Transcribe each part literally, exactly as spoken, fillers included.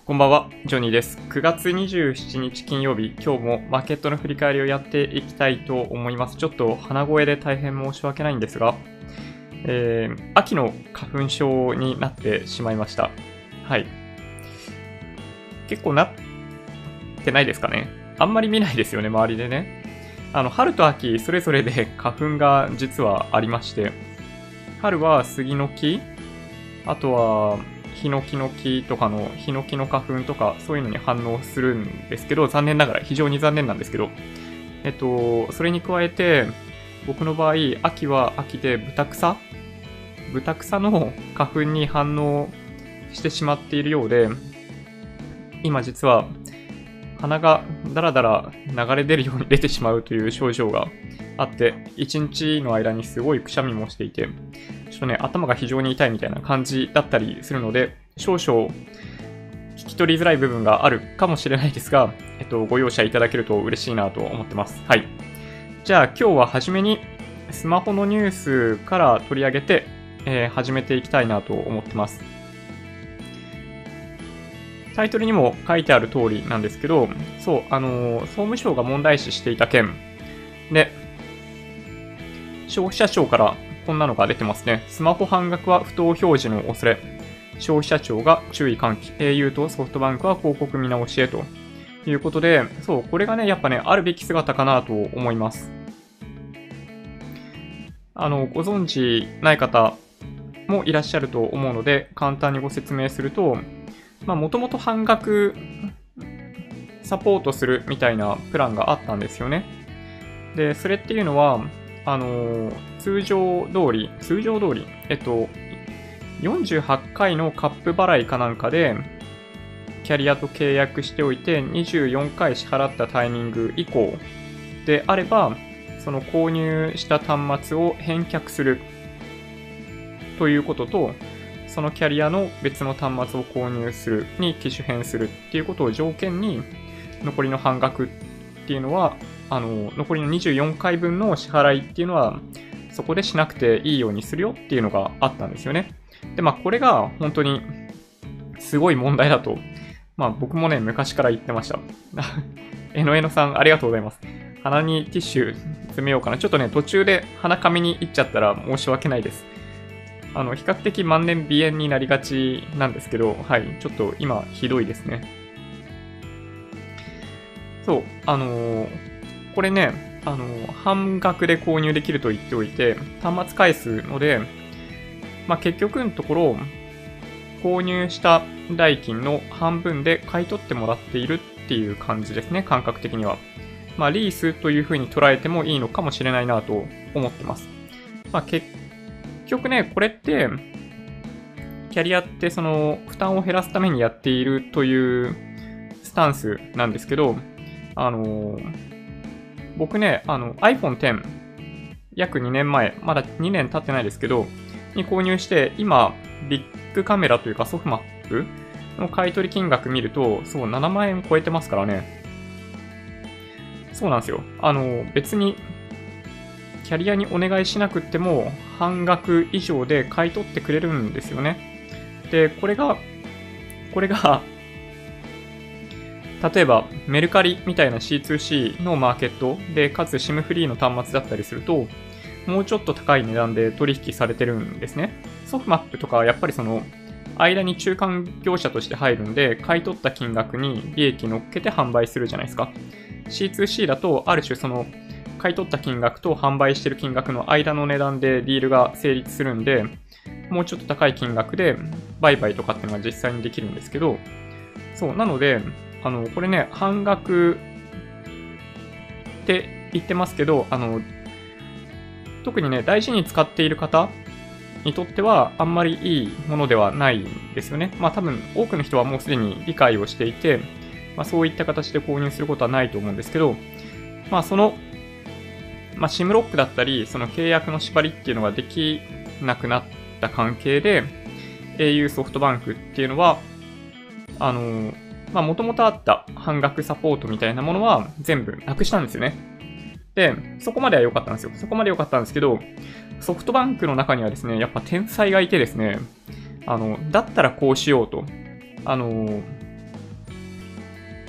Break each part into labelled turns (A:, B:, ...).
A: こんばんは、ジョニーです。くがつにじゅうしちにち金曜日、今日もマーケットの振り返りをやっていきたいと思います。ちょっと鼻声で大変申し訳ないんですが、えー、秋の花粉症になってしまいました。はい。結構なってないですかね。あんまり見ないですよね、周りでね。あの、春と秋、それぞれで花粉が実はありまして、春は杉の木、あとは、ヒノキの木とかのヒノキの花粉とかそういうのに反応するんですけど、残念ながら非常に残念なんですけど、えっと、それに加えて僕の場合、秋は秋でブタクサブタクサの花粉に反応してしまっているようで、今実は鼻がだらだら流れ出るように出てしまうという症状があって、一日の間にすごいくしゃみもしていて、ちょっとね、頭が非常に痛いみたいな感じだったりするので、少々聞き取りづらい部分があるかもしれないですが、えっと、ご容赦いただけると嬉しいなと思ってます。はい。じゃあ今日は初めにスマホのニュースから取り上げて、えー、始めていきたいなと思ってます。タイトルにも書いてある通りなんですけど、そう、あのー、総務省が問題視していた件で、消費者庁からこんなのが出てますね。スマホ半額は不当表示の恐れ。消費者庁が注意喚起。au とソフトバンクは広告見直しへということで、そう、これがね、やっぱね、あるべき姿かなと思います。あの、ご存知ない方もいらっしゃると思うので、簡単にご説明すると、まあ、もともと半額サポートするみたいなプランがあったんですよね。で、それっていうのは、あのー、通常通り、通常通り、えっと、よんじゅうはちかいのカップ払いかなんかで、キャリアと契約しておいて、にじゅうよんかい支払ったタイミング以降であれば、その購入した端末を返却するということと、そのキャリアの別の端末を購入するに機種変するっていうことを条件に、残りの半額っていうのは、あの、残りのにじゅうよんかいぶんの支払いっていうのは、そこでしなくていいようにするよっていうのがあったんですよね。で、まあ、これが本当にすごい問題だと、まあ、僕もね、昔から言ってました。えのえのさん、ありがとうございます。鼻にティッシュ詰めようかな。ちょっとね、途中で鼻かみに行っちゃったら申し訳ないです。あの、比較的万年鼻炎になりがちなんですけど、はい、ちょっと今、ひどいですね。そう、あのー、これね、あのー、半額で購入できると言っておいて、端末返すので、まあ、結局のところ、購入した代金の半分で買い取ってもらっているっていう感じですね、感覚的には。まあ、リースという風に捉えてもいいのかもしれないなと思ってます。まあ、結局ね、これって、キャリアってその負担を減らすためにやっているというスタンスなんですけど、あのー、僕ね、あの iPhone テン、約にねんまえ、まだにねん経ってないですけど、に購入して、今、ビッグカメラというかソフマップの買い取り金額見ると、そう、ななまんえん超えてますからね。そうなんですよ。あの、別に、キャリアにお願いしなくっても、半額以上で買い取ってくれるんですよね。で、これが、これが、例えばメルカリみたいな シーツーシー のマーケットで、かつ シム フリーの端末だったりすると、もうちょっと高い値段で取引されてるんですね。ソフマップとかはやっぱりその間に中間業者として入るんで、買い取った金額に利益乗っけて販売するじゃないですか。シーツーシー だとある種その買い取った金額と販売してる金額の間の値段でディールが成立するんで、もうちょっと高い金額で売買とかっていうのが実際にできるんですけど、そう、なので、あの、これね、半額って言ってますけど、あの、特にね、大事に使っている方にとってはあんまりいいものではないんですよね。まあ多分多くの人はもうすでに理解をしていて、まあそういった形で購入することはないと思うんですけど、まあその、まあ SIM ロックだったり、その契約の縛りっていうのができなくなった関係で、au ソフトバンクっていうのは、あの、まあもともとあった半額サポートみたいなものは全部なくしたんですよね。で、そこまでは良かったんですよ。そこまで良かったんですけど、ソフトバンクの中にはですね、やっぱ天才がいてですね、あの、だったらこうしようと。あの、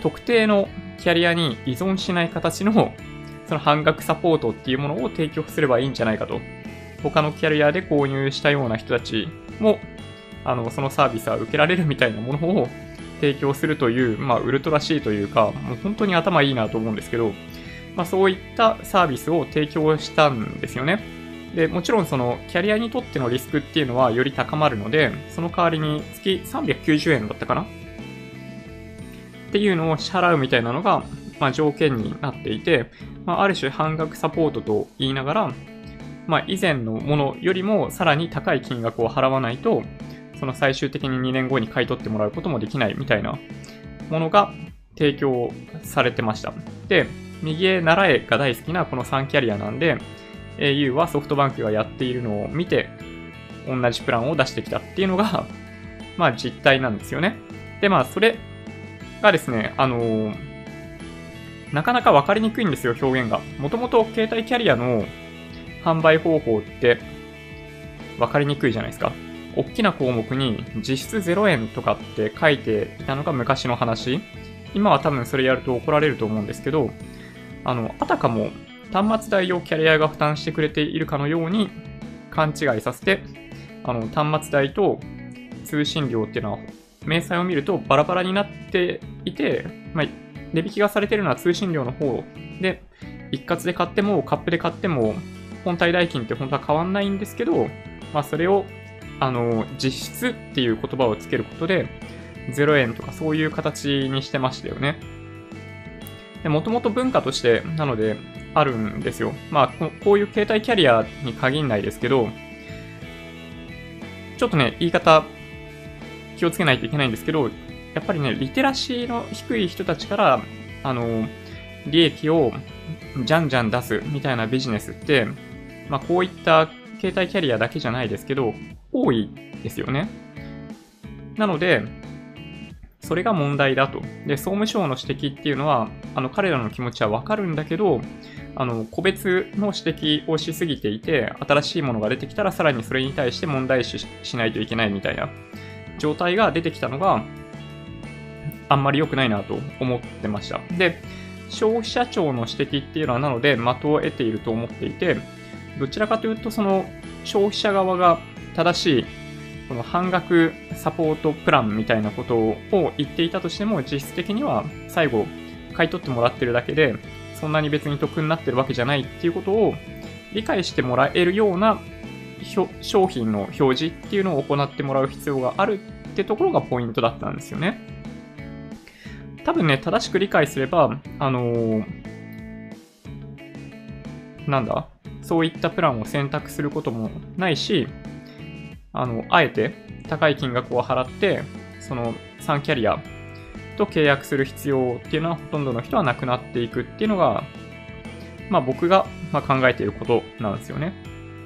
A: 特定のキャリアに依存しない形のその半額サポートっていうものを提供すればいいんじゃないかと。他のキャリアで購入したような人たちも、あの、そのサービスは受けられるみたいなものを提供するという、まあ、ウルトラ C というか、もう本当に頭いいなと思うんですけど、まあ、そういったサービスを提供したんですよね。で、もちろんそのキャリアにとってのリスクっていうのはより高まるので、その代わりに月さんびゃくきゅうじゅうえんだったかなっていうのを支払うみたいなのが、まあ、条件になっていて、まあ、ある種半額サポートと言いながら、まあ、以前のものよりもさらに高い金額を払わないと、その最終的ににねんごに買い取ってもらうこともできないみたいなものが提供されてました。で、右へ習えが大好きなこのさんキャリアなんで、エーユー はソフトバンクがやっているのを見て、同じプランを出してきたっていうのが、まあ実態なんですよね。で、まあそれがですね、あのー、なかなかわかりにくいんですよ、表現が。もともと携帯キャリアの販売方法ってわかりにくいじゃないですか。大きな項目に実質ゼロえんとかって書いていたのが昔の話。今は多分それやると怒られると思うんですけど、あの、あたかも端末代をキャリアが負担してくれているかのように勘違いさせて、あの、端末代と通信料っていうのは、明細を見るとバラバラになっていて、まあ、値引きがされているのは通信料の方で、一括で買ってもカップで買っても本体代金って本当は変わんないんですけど、まあ、それを、あの、実質っていう言葉をつけることで、ゼロえんとかそういう形にしてましたよね。もともと文化として、なので、あるんですよ。まあ、こういう携帯キャリアに限らないですけど、ちょっとね、言い方気をつけないといけないんですけど、やっぱりね、リテラシーの低い人たちから、あの、利益をじゃんじゃん出すみたいなビジネスって、まあ、こういった携帯キャリアだけじゃないですけど、多いですよね。なので、それが問題だと。で、総務省の指摘っていうのは、あの、彼らの気持ちはわかるんだけど、あの、個別の指摘をしすぎていて、新しいものが出てきたらさらにそれに対して問題視しないといけないみたいな状態が出てきたのが、あんまり良くないなと思ってました。で、消費者庁の指摘っていうのはなので的を得ていると思っていて、どちらかというとその消費者側が正しいこの半額サポートプランみたいなことを言っていたとしても、実質的には最後買い取ってもらってるだけで、そんなに別に得になってるわけじゃないっていうことを理解してもらえるような商品の表示っていうのを行ってもらう必要があるってところがポイントだったんですよね。多分ね、正しく理解すれば、あのー、なんだそういったプランを選択することもないし、あの、あえて高い金額を払って、そのさんキャリアと契約する必要っていうのはほとんどの人はなくなっていくっていうのが、まあ僕がまあ考えていることなんですよね。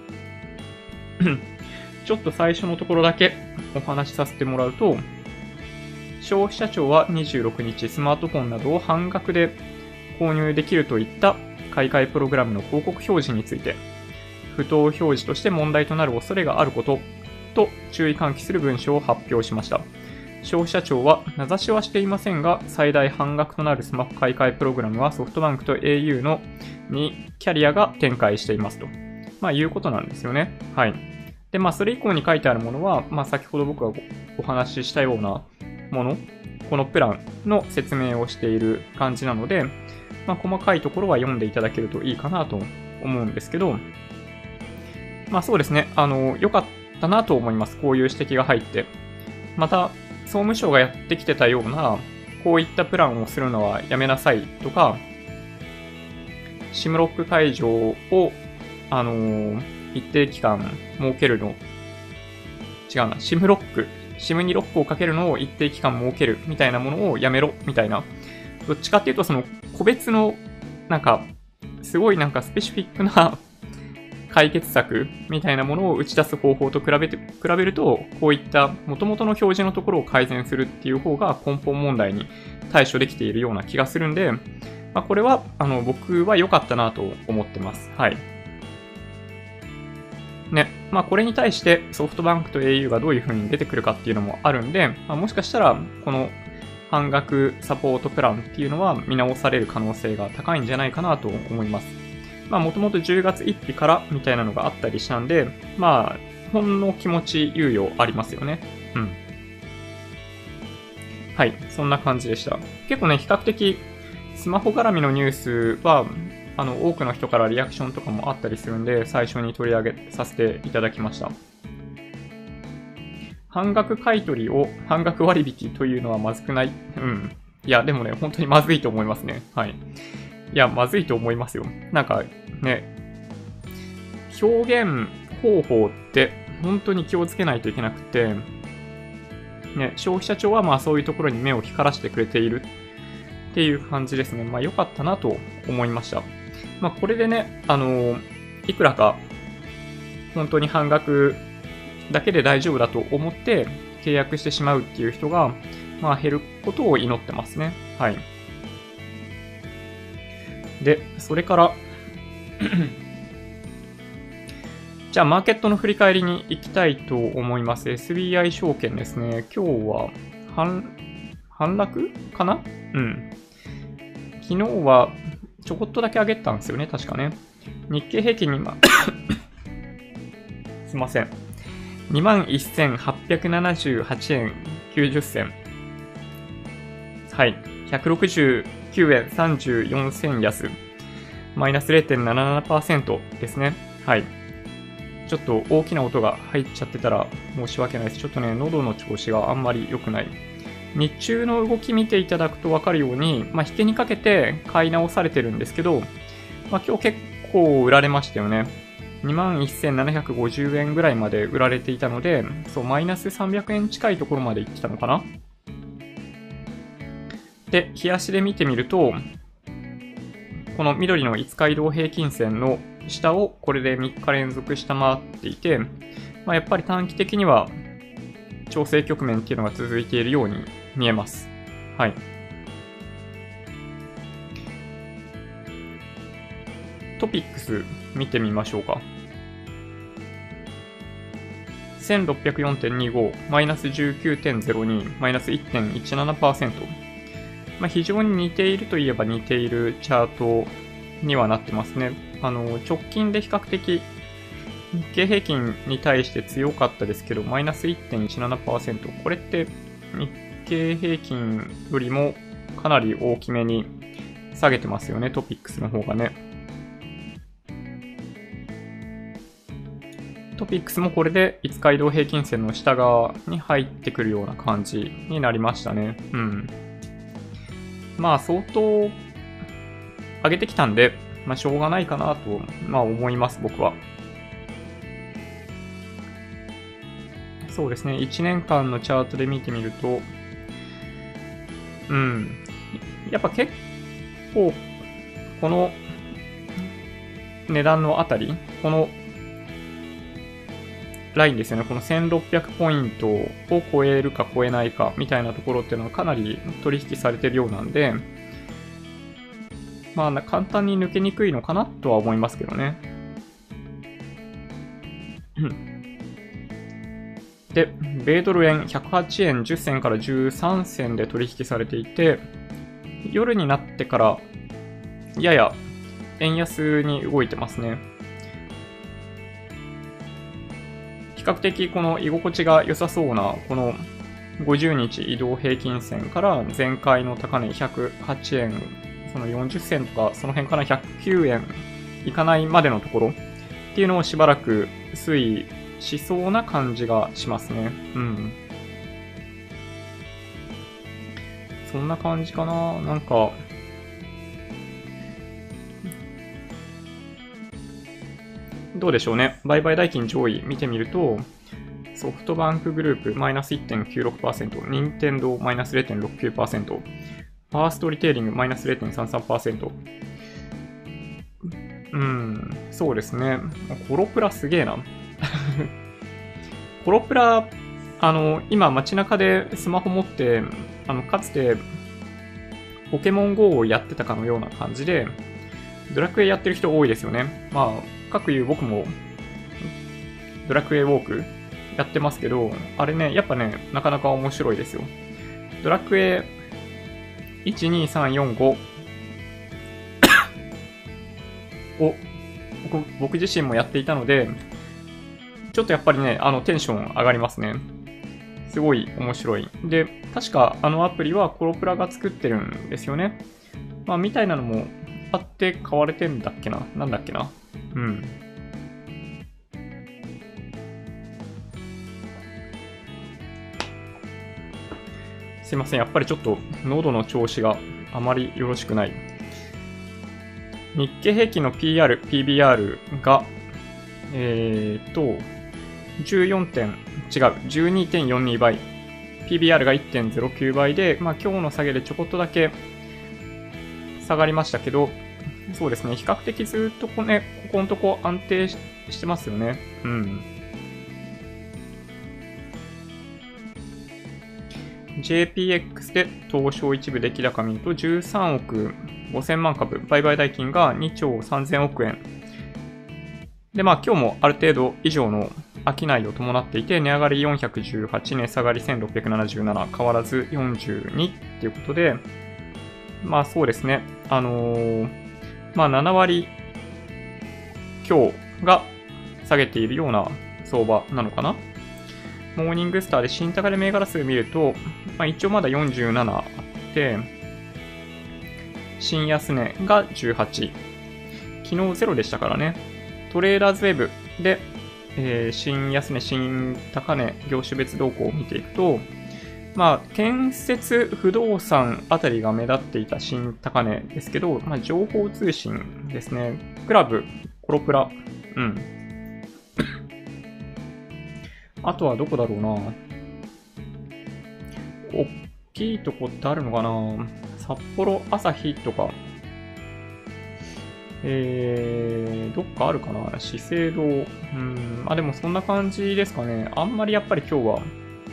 A: ちょっと最初のところだけお話しさせてもらうと、消費者庁はにじゅうろくにちスマートフォンなどを半額で購入できるといった買い替えプログラムの広告表示について、不当表示として問題となる恐れがあることと注意喚起する文書を発表しました。消費者庁は名指しはしていませんが、最大半額となるスマホ買い替えプログラムはソフトバンクと エーユー のにキャリアが展開していますと、まあ、いうことなんですよね。はい。で、まあ、それ以降に書いてあるものは、まあ、先ほど僕がお話ししたようなもの、このプランの説明をしている感じなので、まあ、細かいところは読んでいただけるといいかなと思うんですけど、まあそうですね、あの、良かったなと思います。こういう指摘が入って。また、総務省がやってきてたような、こういったプランをするのはやめなさいとか、シムロック解除を、あのー、一定期間設けるの、違うな、シムロック、シムにロックをかけるのを一定期間設けるみたいなものをやめろみたいな、どっちかっていうとその個別の、なんか、すごいなんかスペシフィックな解決策みたいなものを打ち出す方法と比べて、比べると、こういった元々の表示のところを改善するっていう方が根本問題に対処できているような気がするんで、まあ、これは、あの、僕は良かったなと思ってます。はい。ね。まあ、これに対してソフトバンクと エーユー がどういう風に出てくるかっていうのもあるんで、まあ、もしかしたら、この半額サポートプランっていうのは見直される可能性が高いんじゃないかなと思います。まあもともとじゅうがつついたちからみたいなのがあったりしたんで、まあほんの気持ち猶予ありますよね。うん。はい、そんな感じでした。結構ね、比較的スマホ絡みのニュースは、あの、多くの人からリアクションとかもあったりするんで、最初に取り上げさせていただきました。半額買取を半額割引というのはまずくない？うん。いや、でもね、本当にまずいと思いますね。はい。いや、まずいと思いますよ。なんか、ね、表現方法って本当に気をつけないといけなくて、ね、消費者庁はまあそういうところに目を光らせてくれているっていう感じですね。まあ良かったなと思いました。まあこれでね、あのー、いくらか本当に半額だけで大丈夫だと思って契約してしまうっていう人が、まあ減ることを祈ってますね。はい。で、それからじゃあ、マーケットの振り返りに行きたいと思います。エスビーアイ 証券ですね。今日は、反、反落かな？うん。昨日は、ちょこっとだけ上げたんですよね、確かね。日経平均にま、すいません。にまんせんはっぴゃくななじゅうはちえんきゅうじゅっせん。はい。ひゃくろくじゅうきゅうえんさんじゅうよんせん安。マイナス れいてんななななパーセント ですね。はい。ちょっと大きな音が入っちゃってたら申し訳ないです。ちょっとね、喉の調子があんまり良くない。日中の動き見ていただくと分かるように、まあ、引けにかけて買い直されてるんですけど、まあ、今日結構売られましたよね。にまんせんななひゃくごじゅうえんぐらいまで売られていたので、そう、マイナスさんびゃくえん近いところまで行ってたのかな。で、日足で見てみると、この緑のいつか移動平均線の下をこれでみっか連続下回っていて、まあ、やっぱり短期的には調整局面っていうのが続いているように見えます。はい。トピックス見てみましょうか。せんろっぴゃくよんてんにご、マイナス じゅうきゅうてんゼロに、マイナス いってんいちななパーセント。まあ、非常に似ているといえば似ているチャートにはなってますね。あの、直近で比較的日経平均に対して強かったですけど、マイナス いってんいちななパーセント。これって日経平均よりもかなり大きめに下げてますよね、トピックスの方がね。トピックスもこれでいつか移動平均線の下側に入ってくるような感じになりましたね。うん。まあ相当上げてきたんで、まあしょうがないかなと、まあ思います、僕は。そうですね、いちねんかんのチャートで見てみると、うん。やっぱ結構、この値段のあたり、このラインですよね。このせんろっぴゃくポイントを超えるか超えないかみたいなところっていうのはかなり取引されてるようなんで、まあ簡単に抜けにくいのかなとは思いますけどね。で、米ドル円ひゃくはちえんじゅっせんからじゅうさんせんで取引されていて、夜になってからやや円安に動いてますね。比較的この居心地が良さそうなこのごじゅうにち移動平均線から前回の高値ひゃくはちえん、そのよんじゅっせんとかその辺からひゃくきゅうえんいかないまでのところっていうのをしばらく推移しそうな感じがしますね。うん。そんな感じかな。なんか、どうでしょうね。売買代金上位見てみると、ソフトバンクグループマイナス いってんきゅうろくパーセント、任天堂マイナス れいてんろくきゅうパーセント、ファーストリテイリングマイナス れいてんさんさんパーセント。うん、そうですね。コロプラすげえな。コロプラ、あの、今街中でスマホ持って、あの、かつてポケモン ゴー をやってたかのような感じで、ドラクエやってる人多いですよね。まあ、かくいう僕もドラクエウォークやってますけど、あれね、やっぱね、なかなか面白いですよ。ドラクエいち、に、さん、よん、ごを僕、僕自身もやっていたので、ちょっとやっぱりね、あのテンション上がりますね。すごい面白い。で、確かあのアプリはコロプラが作ってるんですよね。まあ、みたいなのもあって買われてんだっけな。なんだっけな。うん。すいません。やっぱりちょっと喉の調子があまりよろしくない。日経平均の ピーアール、ピービーアール が、えーと、じゅうよんてん、違う、じゅうにてんよんに 倍。ピービーアール が いってんゼロきゅう 倍で、まあ今日の下げでちょこっとだけ下がりましたけど、そうですね、比較的ずっとこ,、ね、ここのとこ安定 し, してますよね。うん。ジェーピーエックス で東証一部出来高見るとじゅうさんおくごせんまん株、売買代金がにちょうさんぜんおくえん。で、まあ今日もある程度以上の商いを伴っていて、値上がりよんひゃくじゅうはち、値下がりせんろっぴゃくななじゅうなな、変わらずよんじゅうにっていうことで、まあそうですね、あのー、まあななわり強が下げているような相場なのかな。モーニングスターで新高値銘柄数見ると、まあ、一応まだよんじゅうななあって、新安値がじゅうはち。昨日ゼロでしたからね。トレーダーズウェブで、えー、新安値、新高値、業種別動向を見ていくと、まあ、建設不動産あたりが目立っていた新高値ですけど、まあ、情報通信ですね。クラブ、コロプラ、うん。あとはどこだろうな。大きいとこってあるのかな。札幌、朝日とか。えー、どっかあるかな。資生堂。うん。あ、でもそんな感じですかね。あんまりやっぱり今日は。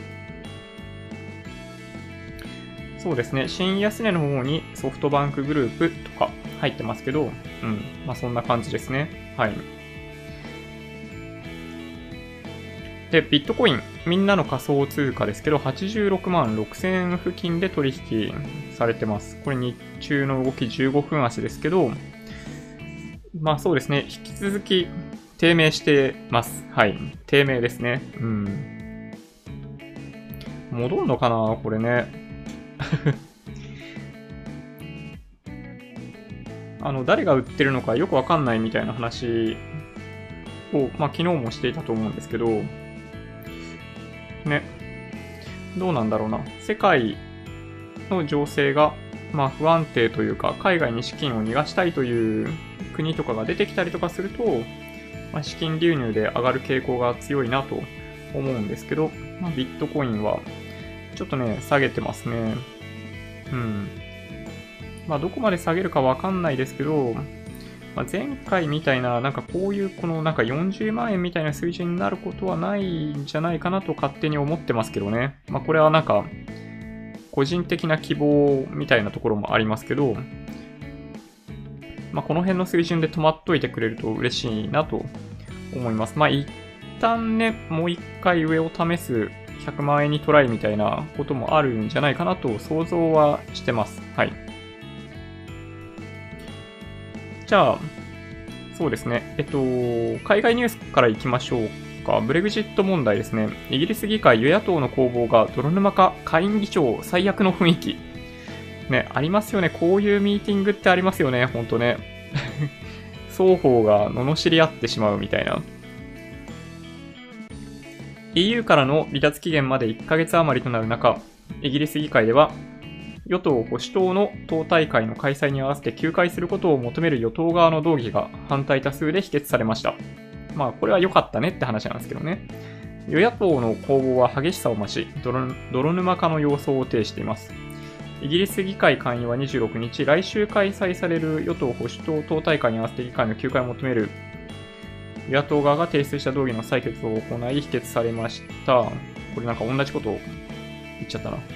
A: そうですね。新安値の方にソフトバンクグループとか入ってますけど、うん。まあそんな感じですね。はい。で、ビットコイン、みんなの仮想通貨ですけど、はちじゅうろくまんろくせんえん付近で取引されてます。これ日中の動きじゅうごふん足ですけど、まあそうですね、引き続き低迷してます。はい。低迷ですね。うん。戻んのかなこれね。あの、誰が売ってるのかよくわかんないみたいな話を、まあ昨日もしていたと思うんですけど、ね。どうなんだろうな。世界の情勢が、まあ、不安定というか、海外に資金を逃がしたいという国とかが出てきたりとかすると、まあ、資金流入で上がる傾向が強いなと思うんですけど、まあ、ビットコインはちょっとね、下げてますね。うん。まあ、どこまで下げるかわかんないですけど、まあ、前回みたいな、なんかこういうこのなんかよんじゅうまんえんみたいな水準になることはないんじゃないかなと勝手に思ってますけどね。まあこれはなんか個人的な希望みたいなところもありますけど、まあこの辺の水準で止まっといてくれると嬉しいなと思います。まあ一旦ね、もう一回上を試すひゃくまんえんにトライみたいなこともあるんじゃないかなと想像はしてます。はい。じゃあ、そうですね。えっと、海外ニュースから行きましょうか。ブレグジット問題ですね。イギリス議会与野党の攻防が泥沼化、下院議長最悪の雰囲気。ね、ありますよね。こういうミーティングってありますよね。ほんとね。双方が罵り合ってしまうみたいな。イーユー からの離脱期限までいっかげつ余りとなる中、イギリス議会では、与党・保守党の党大会の開催に合わせて休会することを求める与党側の動議が反対多数で否決されました。まあ、これは良かったねって話なんですけどね。与野党の攻防は激しさを増し、泥、泥沼化の様相を呈しています。イギリス議会下院はにじゅうろくにち、来週開催される与党・保守党党大会に合わせて議会の休会を求める与野党側が提出した動議の採決を行い否決されました。これなんか同じことを言っちゃったな。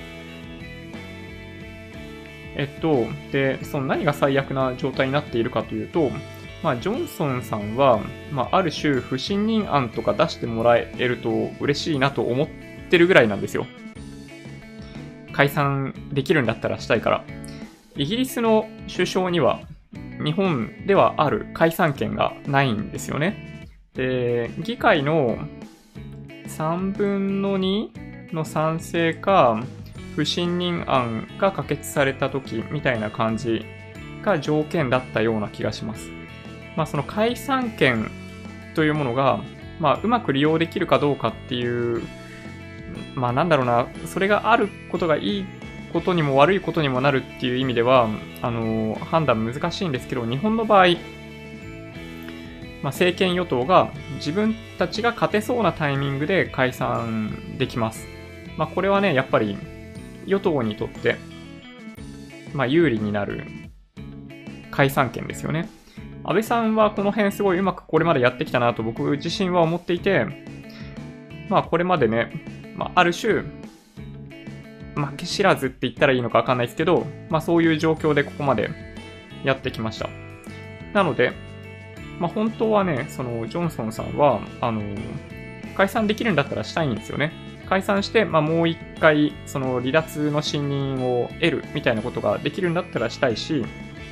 A: えっと、で、その何が最悪な状態になっているかというと、まあ、ジョンソンさんは、まあ、ある種不信任案とか出してもらえると嬉しいなと思ってるぐらいなんですよ。解散できるんだったらしたいから。 イギリスの首相には日本ではある解散権がないんですよね。で、議会のさんぶんのにの賛成か不信任案が可決された時みたいな感じが条件だったような気がします。まあその解散権というものが、まあうまく利用できるかどうかっていう、まあなんだろうな、それがあることがいいことにも悪いことにもなるっていう意味では、あの、判断難しいんですけど、日本の場合、まあ政権与党が自分たちが勝てそうなタイミングで解散できます。まあこれはね、やっぱり与党にとって、まあ有利になる解散権ですよね。安倍さんはこの辺すごいうまくこれまでやってきたなと僕自身は思っていて、まあこれまでね、まあある種、負け知らずって言ったらいいのかわかんないですけど、まあそういう状況でここまでやってきました。なので、まあ本当はね、そのジョンソンさんは、あの、解散できるんだったらしたいんですよね。解散して、まあもう一回、その離脱の信任を得るみたいなことができるんだったらしたいし、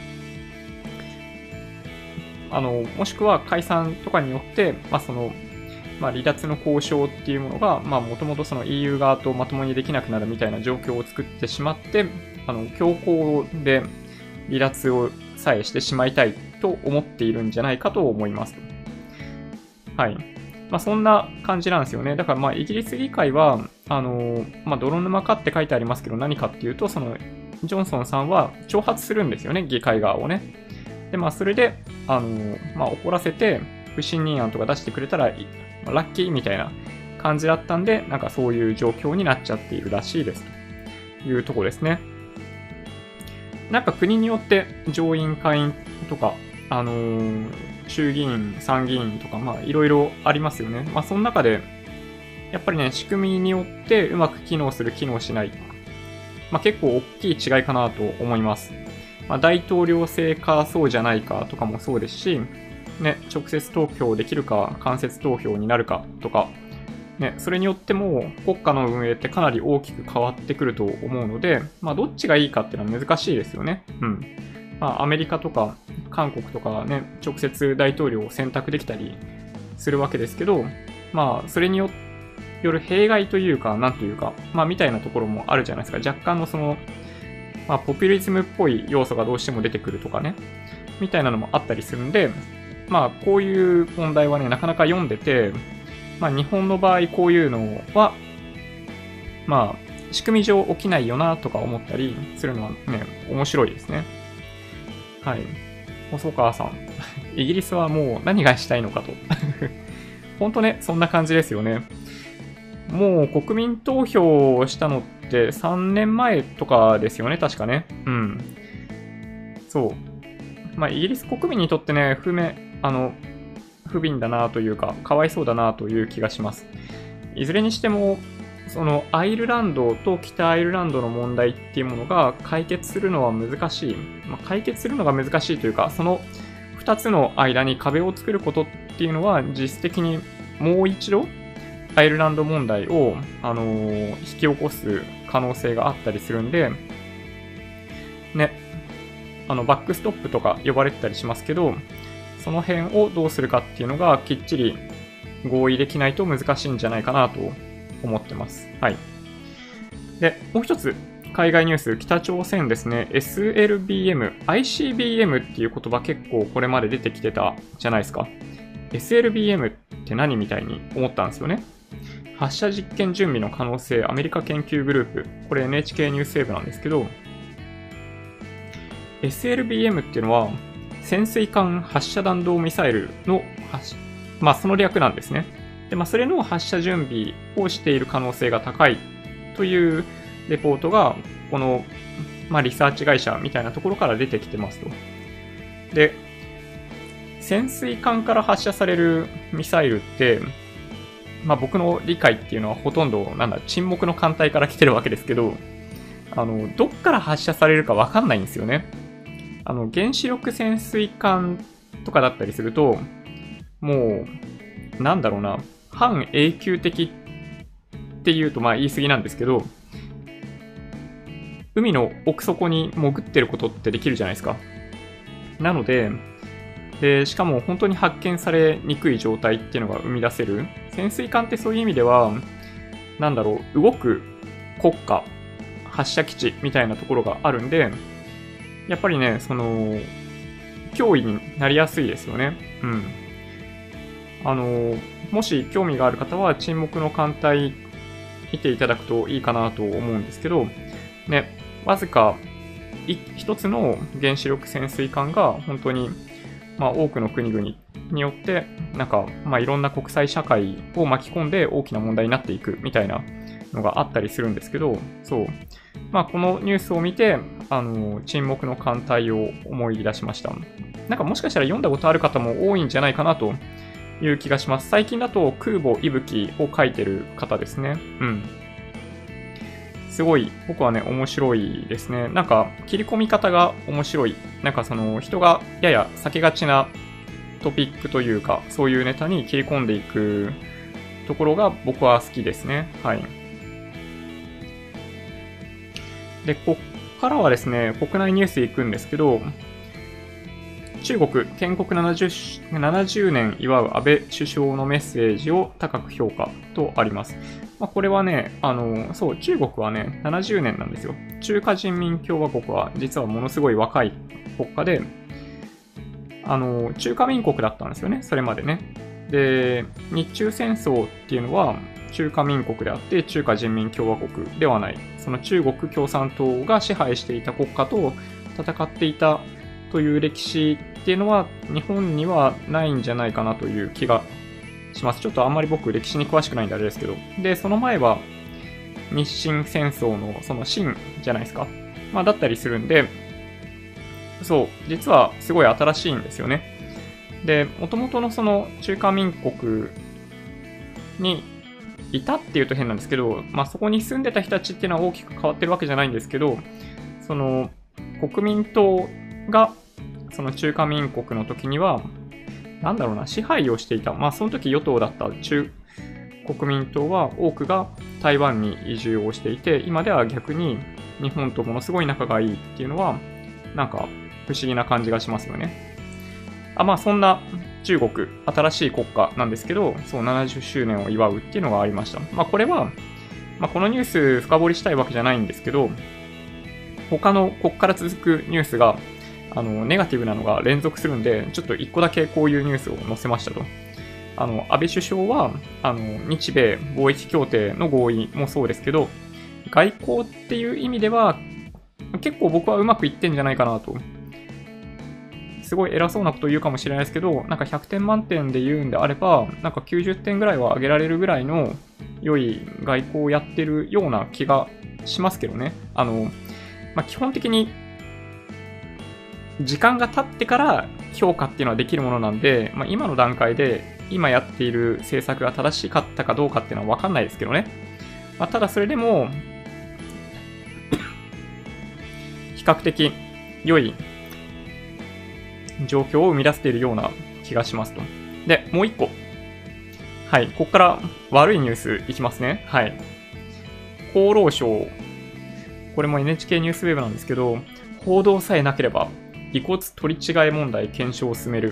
A: あの、もしくは解散とかによって、まあその、まあ離脱の交渉っていうものが、まあもともとその イーユー 側とまともにできなくなるみたいな状況を作ってしまって、あの、強行で離脱をさえしてしまいたいと思っているんじゃないかと思います。はい。まあそんな感じなんですよね。だからまあイギリス議会は、あの、まあ泥沼化って書いてありますけど何かっていうと、その、ジョンソンさんは挑発するんですよね、議会側をね。で、まあ、それで、あの、まあ、怒らせて、不信任案とか出してくれたらいい、まあ、ラッキーみたいな感じだったんで、なんかそういう状況になっちゃっているらしいです。というところですね。なんか国によって上院、下院とか、あのー、衆議院、参議院とか、まあ、いろいろありますよね。まあ、その中で、やっぱりね、仕組みによってうまく機能する、機能しない。まあ、結構大きい違いかなと思います。まあ、大統領制かそうじゃないかとかもそうですし、ね、直接投票できるか間接投票になるかとか、ね、それによっても国家の運営ってかなり大きく変わってくると思うので、まあどっちがいいかっていうのは難しいですよね。うん。まあアメリカとか韓国とかはね、直接大統領を選択できたりするわけですけど、まあそれによる弊害というか、なんというか、まあみたいなところもあるじゃないですか。若干のその、まあ、ポピュリズムっぽい要素がどうしても出てくるとかね、みたいなのもあったりするんで、まあ、こういう問題はね、なかなか読んでて、まあ、日本の場合こういうのは、まあ、仕組み上起きないよなとか思ったりするのはね、面白いですね。はい。細川さん。イギリスはもう何がしたいのかと。ほんとね、そんな感じですよね。もう国民投票をしたのってさんねんまえとかですよね、確かね。うん。そう。まあ、イギリス国民にとってね、不明、あの、不憫だなというか、かわいそうだなという気がします。いずれにしても、そのアイルランドと北アイルランドの問題っていうものが解決するのは難しい。まあ、解決するのが難しいというか、そのふたつの間に壁を作ることっていうのは実質的にもう一度アイルランド問題を、あのー、引き起こす可能性があったりするんで、ね、あの、バックストップとか呼ばれてたりしますけど、その辺をどうするかっていうのがきっちり合意できないと難しいんじゃないかなと思ってます。はい。で、もう一つ、海外ニュース、北朝鮮ですね、エスエルビーエム、アイシービーエム っていう言葉結構これまで出てきてたじゃないですか。エスエルビーエム って何みたいに思ったんですよね。発射実験準備の可能性、アメリカ研究グループ。これ エヌエイチケー ニュースウェブなんですけど、エスエルビーエム っていうのは、潜水艦発射弾道ミサイルの発射、まあその略なんですね。で、まあそれの発射準備をしている可能性が高いというレポートが、この、まあリサーチ会社みたいなところから出てきてますと。で、潜水艦から発射されるミサイルって、まあ僕の理解っていうのはほとんど、なんだ、沈黙の艦隊から来てるわけですけど、あの、どっから発射されるかわかんないんですよね。あの、原子力潜水艦とかだったりすると、もう、なんだろうな、半永久的っていうとまあ言い過ぎなんですけど、 海の奥底に潜ってることってできるじゃないですか。なので、で、しかも本当に発見されにくい状態っていうのが生み出せる。潜水艦ってそういう意味では、なんだろう、動く国家、発射基地みたいなところがあるんで、やっぱりね、その、脅威になりやすいですよね。うん。あの、もし興味がある方は、沈黙の艦隊見ていただくといいかなと思うんですけど、ね、わずか一つの原子力潜水艦が本当に、まあ、多くの国々によって、なんか、まあ、いろんな国際社会を巻き込んで大きな問題になっていくみたいなのがあったりするんですけど、そう。まあ、このニュースを見て、あの、沈黙の艦隊を思い出しました。なんかもしかしたら読んだことある方も多いんじゃないかなという気がします。最近だと空母息吹を書いてる方ですね。うん。すごい、僕はね、面白いですね。なんか、切り込み方が面白い。なんかその、人がやや避けがちなトピックというか、そういうネタに切り込んでいくところが僕は好きですね。はい。で、こっからはですね、国内ニュース行くんですけど、中国建国ななじゅう、ななじゅうねん祝う安倍首相のメッセージを高く評価とあります。まあ、これはね、あの、そう、中国はね、ななじゅうねんなんですよ。中華人民共和国は実はものすごい若い国家で、あの、中華民国だったんですよね、それまでね。で、日中戦争っていうのは中華民国であって中華人民共和国ではない。その中国共産党が支配していた国家と戦っていたという歴史っていうのは日本にはないんじゃないかなという気がします。ちょっとあんまり僕歴史に詳しくないんであれですけど。で、その前は日清戦争のその清じゃないですか。まあだったりするんで、そう、実はすごい新しいんですよね。で、元々のその中華民国にいたっていうと変なんですけど、まあそこに住んでた人たちっていうのは大きく変わってるわけじゃないんですけど、その国民党がその中華民国の時には、なんだろうな、支配をしていた。まあその時与党だった中国民党は多くが台湾に移住をしていて、今では逆に日本とものすごい仲がいいっていうのは、なんか不思議な感じがしますよね。あ、まあそんな中国、新しい国家なんですけど、そうななじゅっしゅうねんを祝うっていうのがありました。まあこれは、まあこのニュース深掘りしたいわけじゃないんですけど、他のこっから続くニュースが、あの、ネガティブなのが連続するんで、ちょっと一個だけこういうニュースを載せましたと。あの、安倍首相は、あの、日米貿易協定の合意もそうですけど、外交っていう意味では、結構僕はうまくいってんじゃないかなと。すごい偉そうなこと言うかもしれないですけど、なんかひゃくてん満点で言うんであれば、なんかきゅうじゅってんぐらいは上げられるぐらいの良い外交をやってるような気がしますけどね。あの、まあ、基本的に時間が経ってから評価っていうのはできるものなんで、まあ、今の段階で今やっている政策が正しかったかどうかっていうのは分かんないですけどね。まあ、ただそれでも比較的良い状況を生み出しているような気がしますと。で、もう一個。はい、ここから悪いニュースいきますね。はい。厚労省。これも エヌエイチケー ニュースウェブなんですけど、報道さえなければ遺骨取り違え問題検証を進める。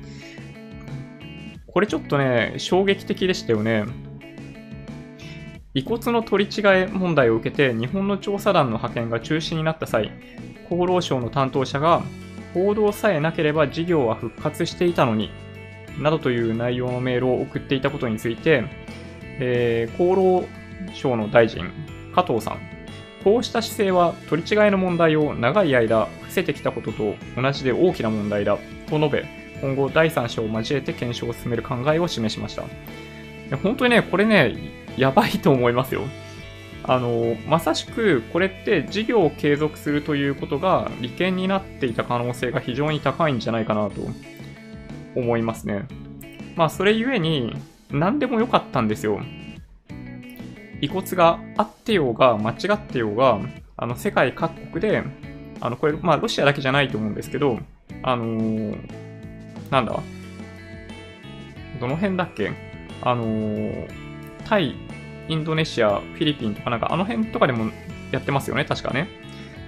A: これちょっとね、衝撃的でしたよね。遺骨の取り違え問題を受けて日本の調査団の派遣が中止になった際、厚労省の担当者が報道さえなければ事業は復活していたのに、などという内容のメールを送っていたことについて、えー、厚労省の大臣、加藤さん、こうした姿勢は取り違えの問題を長い間伏せてきたことと同じで大きな問題だと述べ、今後第三者を交えて検証を進める考えを示しました。本当にね、これね、やばいと思いますよ。あの、まさしくこれって事業を継続するということが利権になっていた可能性が非常に高いんじゃないかなと思いますね。まあそれゆえに何でもよかったんですよ。遺骨があってようが間違ってようが、あの世界各国で、あのこれまあロシアだけじゃないと思うんですけど、あのー、なんだどの辺だっけあのー、タイ、インドネシア、フィリピンとかなんかあの辺とかでもやってますよね、確かね。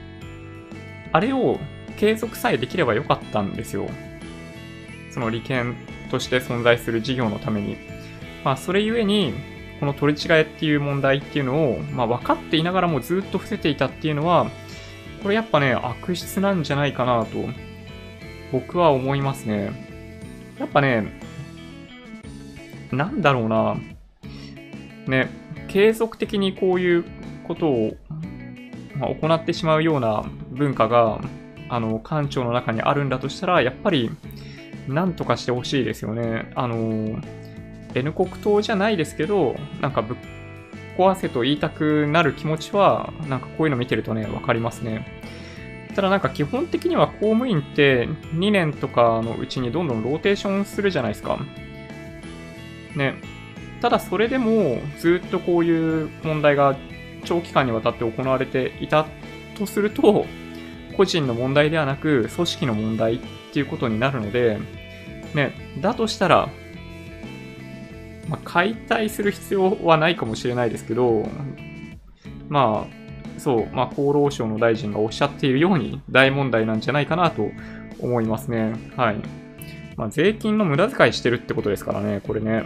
A: あれを継続さえできればよかったんですよ。その利権として存在する事業のために。まあ、それゆえに、この取り違えっていう問題っていうのを、まあ、分かっていながらもずっと伏せていたっていうのは、これやっぱね、悪質なんじゃないかなと、僕は思いますね。やっぱね、なんだろうな。ね、継続的にこういうことを、まあ、行ってしまうような文化が、あの、官庁の中にあるんだとしたら、やっぱり、なんとかしてほしいですよね。あの、N 国党じゃないですけど、なんかぶっ壊せと言いたくなる気持ちは、なんかこういうの見てるとね、わかりますね。ただなんか基本的には公務員ってにねんとかのうちにどんどんローテーションするじゃないですか。ね。ただそれでもずっとこういう問題が長期間にわたって行われていたとすると、個人の問題ではなく組織の問題っていうことになるので、ね、だとしたら、まあ、解体する必要はないかもしれないですけど、まあ、そう、まあ、厚労省の大臣がおっしゃっているように大問題なんじゃないかなと思いますね。はい。まあ、税金の無駄遣いしてるってことですからね、これね。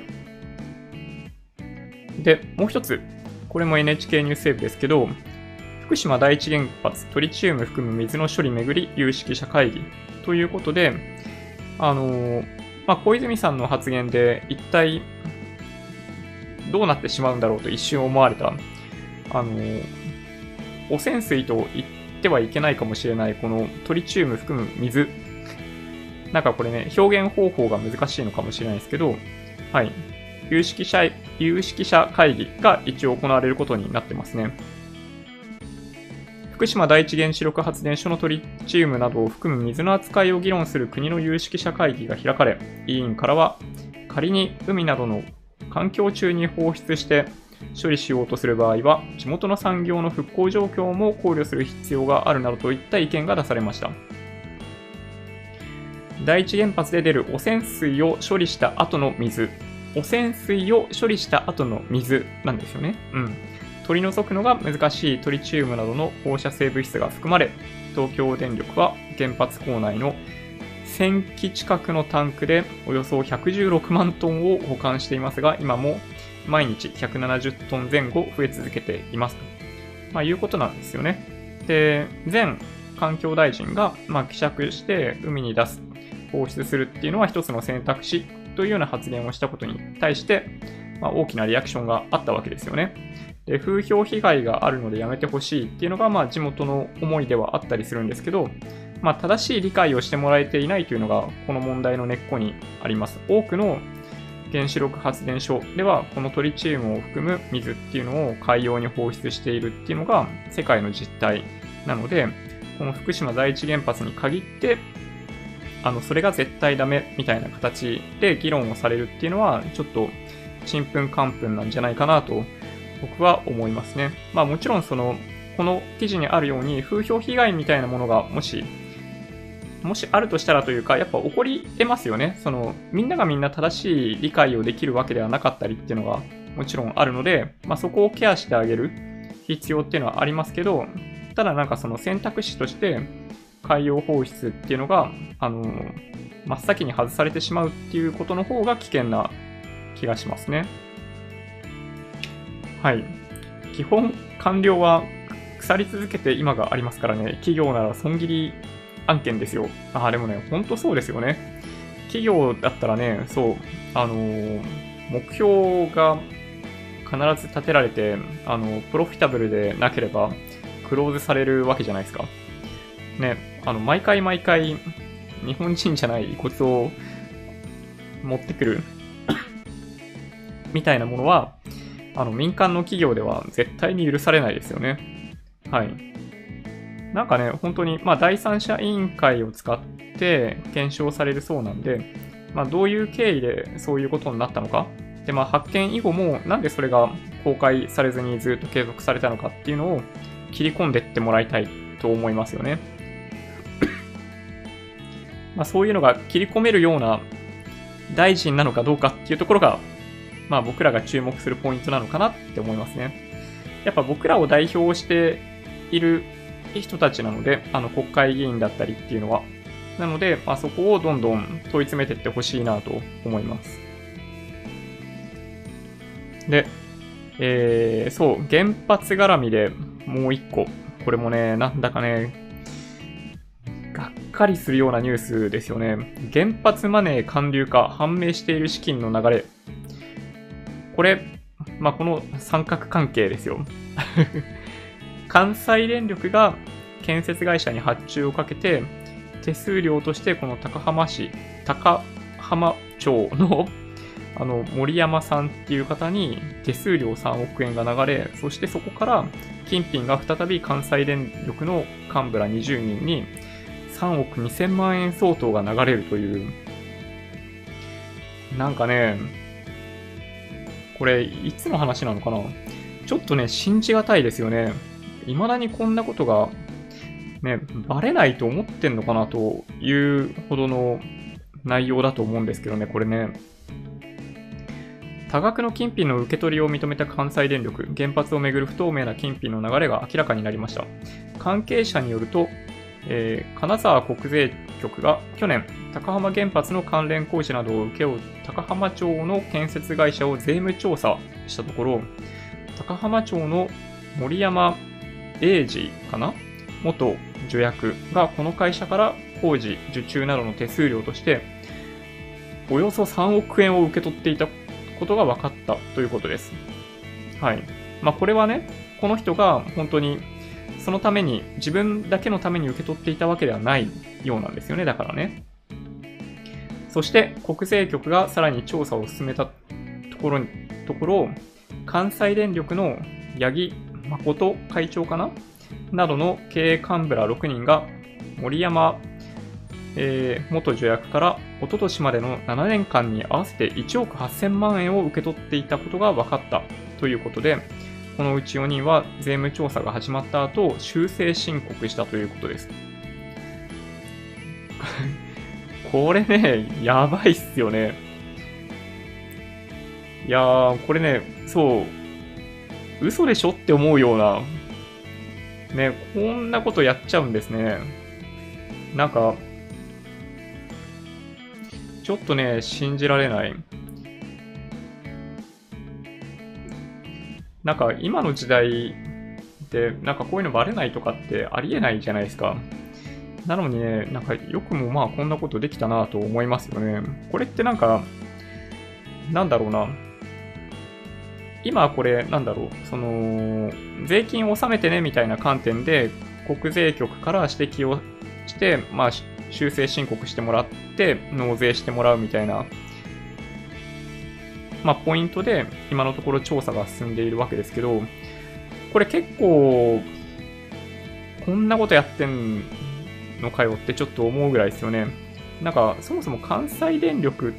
A: で、もう一つ、これも エヌエイチケー ニュースウェブですけど、福島第一原発トリチウム含む水の処理めぐり有識者会議ということで、あのー、まあ、小泉さんの発言で一体どうなってしまうんだろうと一瞬思われた、あのー、汚染水と言ってはいけないかもしれないこのトリチウム含む水。なんかこれね、表現方法が難しいのかもしれないですけど、はい。有識者、有識者会議が一応行われることになってますね。福島第一原子力発電所のトリチウムなどを含む水の扱いを議論する国の有識者会議が開かれ、委員からは、仮に海などの環境中に放出して処理しようとする場合は、地元の産業の復興状況も考慮する必要があるなどといった意見が出されました。第一原発で出る汚染水を処理した後の水。汚染水を処理した後の水なんですよね。うん。取り除くのが難しいトリチウムなどの放射性物質が含まれ、東京電力は原発構内のせん基近くのタンクでおよそひゃくじゅうろくまんトンを保管していますが、今も毎日ひゃくななじゅうトン前後増え続けていますと、まあ、いうことなんですよね。で、前環境大臣が、まあ、希釈して海に出す、放出するっていうのは一つの選択肢というような発言をしたことに対して、まあ、大きなリアクションがあったわけですよね。で、風評被害があるのでやめてほしいっていうのが、まあ、地元の思いではあったりするんですけど、まあ、正しい理解をしてもらえていないというのが、この問題の根っこにあります。多くの原子力発電所では、このトリチウムを含む水っていうのを海洋に放出しているっていうのが世界の実態なので、この福島第一原発に限って、あの、それが絶対ダメみたいな形で議論をされるっていうのは、ちょっとちんぷんかんぷんなんじゃないかなと僕は思いますね。まあもちろんその、この記事にあるように風評被害みたいなものがもし、もしあるとしたらというか、やっぱ起こり得ますよね。その、みんながみんな正しい理解をできるわけではなかったりっていうのがもちろんあるので、まあそこをケアしてあげる必要っていうのはありますけど、ただなんかその選択肢として海洋放出っていうのが、あの、真っ先に外されてしまうっていうことの方が危険な気がしますね。はい。基本、官僚は腐り続けて今がありますからね。企業なら損切り案件ですよ。ああ、でもね、ほんとそうですよね。企業だったらね、そう、あのー、目標が必ず立てられて、あの、プロフィタブルでなければ、クローズされるわけじゃないですか。ね、あの、毎回毎回、日本人じゃない遺骨を持ってくるみたいなものは、あの、民間の企業では絶対に許されないですよね。はい。なんかね、本当に、まあ、第三者委員会を使って検証されるそうなんで、まあ、どういう経緯でそういうことになったのか。で、まあ、発見以後も、なんでそれが公開されずにずっと継続されたのかっていうのを切り込んでってもらいたいと思いますよね。まあ、そういうのが切り込めるような大臣なのかどうかっていうところが、まあ、僕らが注目するポイントなのかなって思いますね。やっぱ僕らを代表している人たちなので、あの国会議員だったりっていうのは。なので、まあ、そこをどんどん問い詰めていってほしいなと思います。で、えー、そう、原発絡みでもう一個。これもね、なんだかね、がっかりするようなニュースですよね。原発マネー還流化、判明している資金の流れ。これ、まあ、この三角関係ですよ。関西電力が建設会社に発注をかけて、手数料としてこの高浜市、高浜町のあの森山さんっていう方に手数料さんおくえんが流れ、そしてそこから金品が再び関西電力の幹部らにじゅうにんにさんおくにせんまんえん相当が流れるという、なんかね、これいつの話なのかな？ちょっとね、信じがたいですよね。未だにこんなことがね、バレないと思ってんのかなというほどの内容だと思うんですけどね、これね。多額の金品の受け取りを認めた関西電力、原発をめぐる不透明な金品の流れが明らかになりました。関係者によると、えー、金沢国税局が去年、高浜原発の関連工事などを請け負う高浜町の建設会社を税務調査したところ、高浜町の森山英二かな元助役がこの会社から工事受注などの手数料としておよそさんおくえんを受け取っていたことが分かったということです。はい。まあこれはね、この人が本当にそのために自分だけのために受け取っていたわけではないようなんですよね。だからね。そして国税局がさらに調査を進めたところに、ところ関西電力の八木誠会長かななどの経営幹部らろくにんが森山、えー、元助役から一昨年までのななねんかんに合わせていちおくはっせんまんえんを受け取っていたことが分かったということで、このうちよにんは税務調査が始まった後、修正申告したということです。これね、やばいっすよね。いやー、これね、そう、嘘でしょって思うような、ね、こんなことやっちゃうんですね。なんか、ちょっとね、信じられない。なんか、今の時代で、なんかこういうのバレないとかってありえないじゃないですか。なのにね、なんかよくもまあこんなことできたなと思いますよね。これってなんか、なんだろうな。今これ、なんだろう、その、税金を納めてねみたいな観点で、国税局から指摘をして、まあ、修正申告してもらって、納税してもらうみたいな、まあ、ポイントで、今のところ調査が進んでいるわけですけど、これ結構、こんなことやってんのかよってちょっと思うぐらいですよね。なんか、そもそも関西電力って、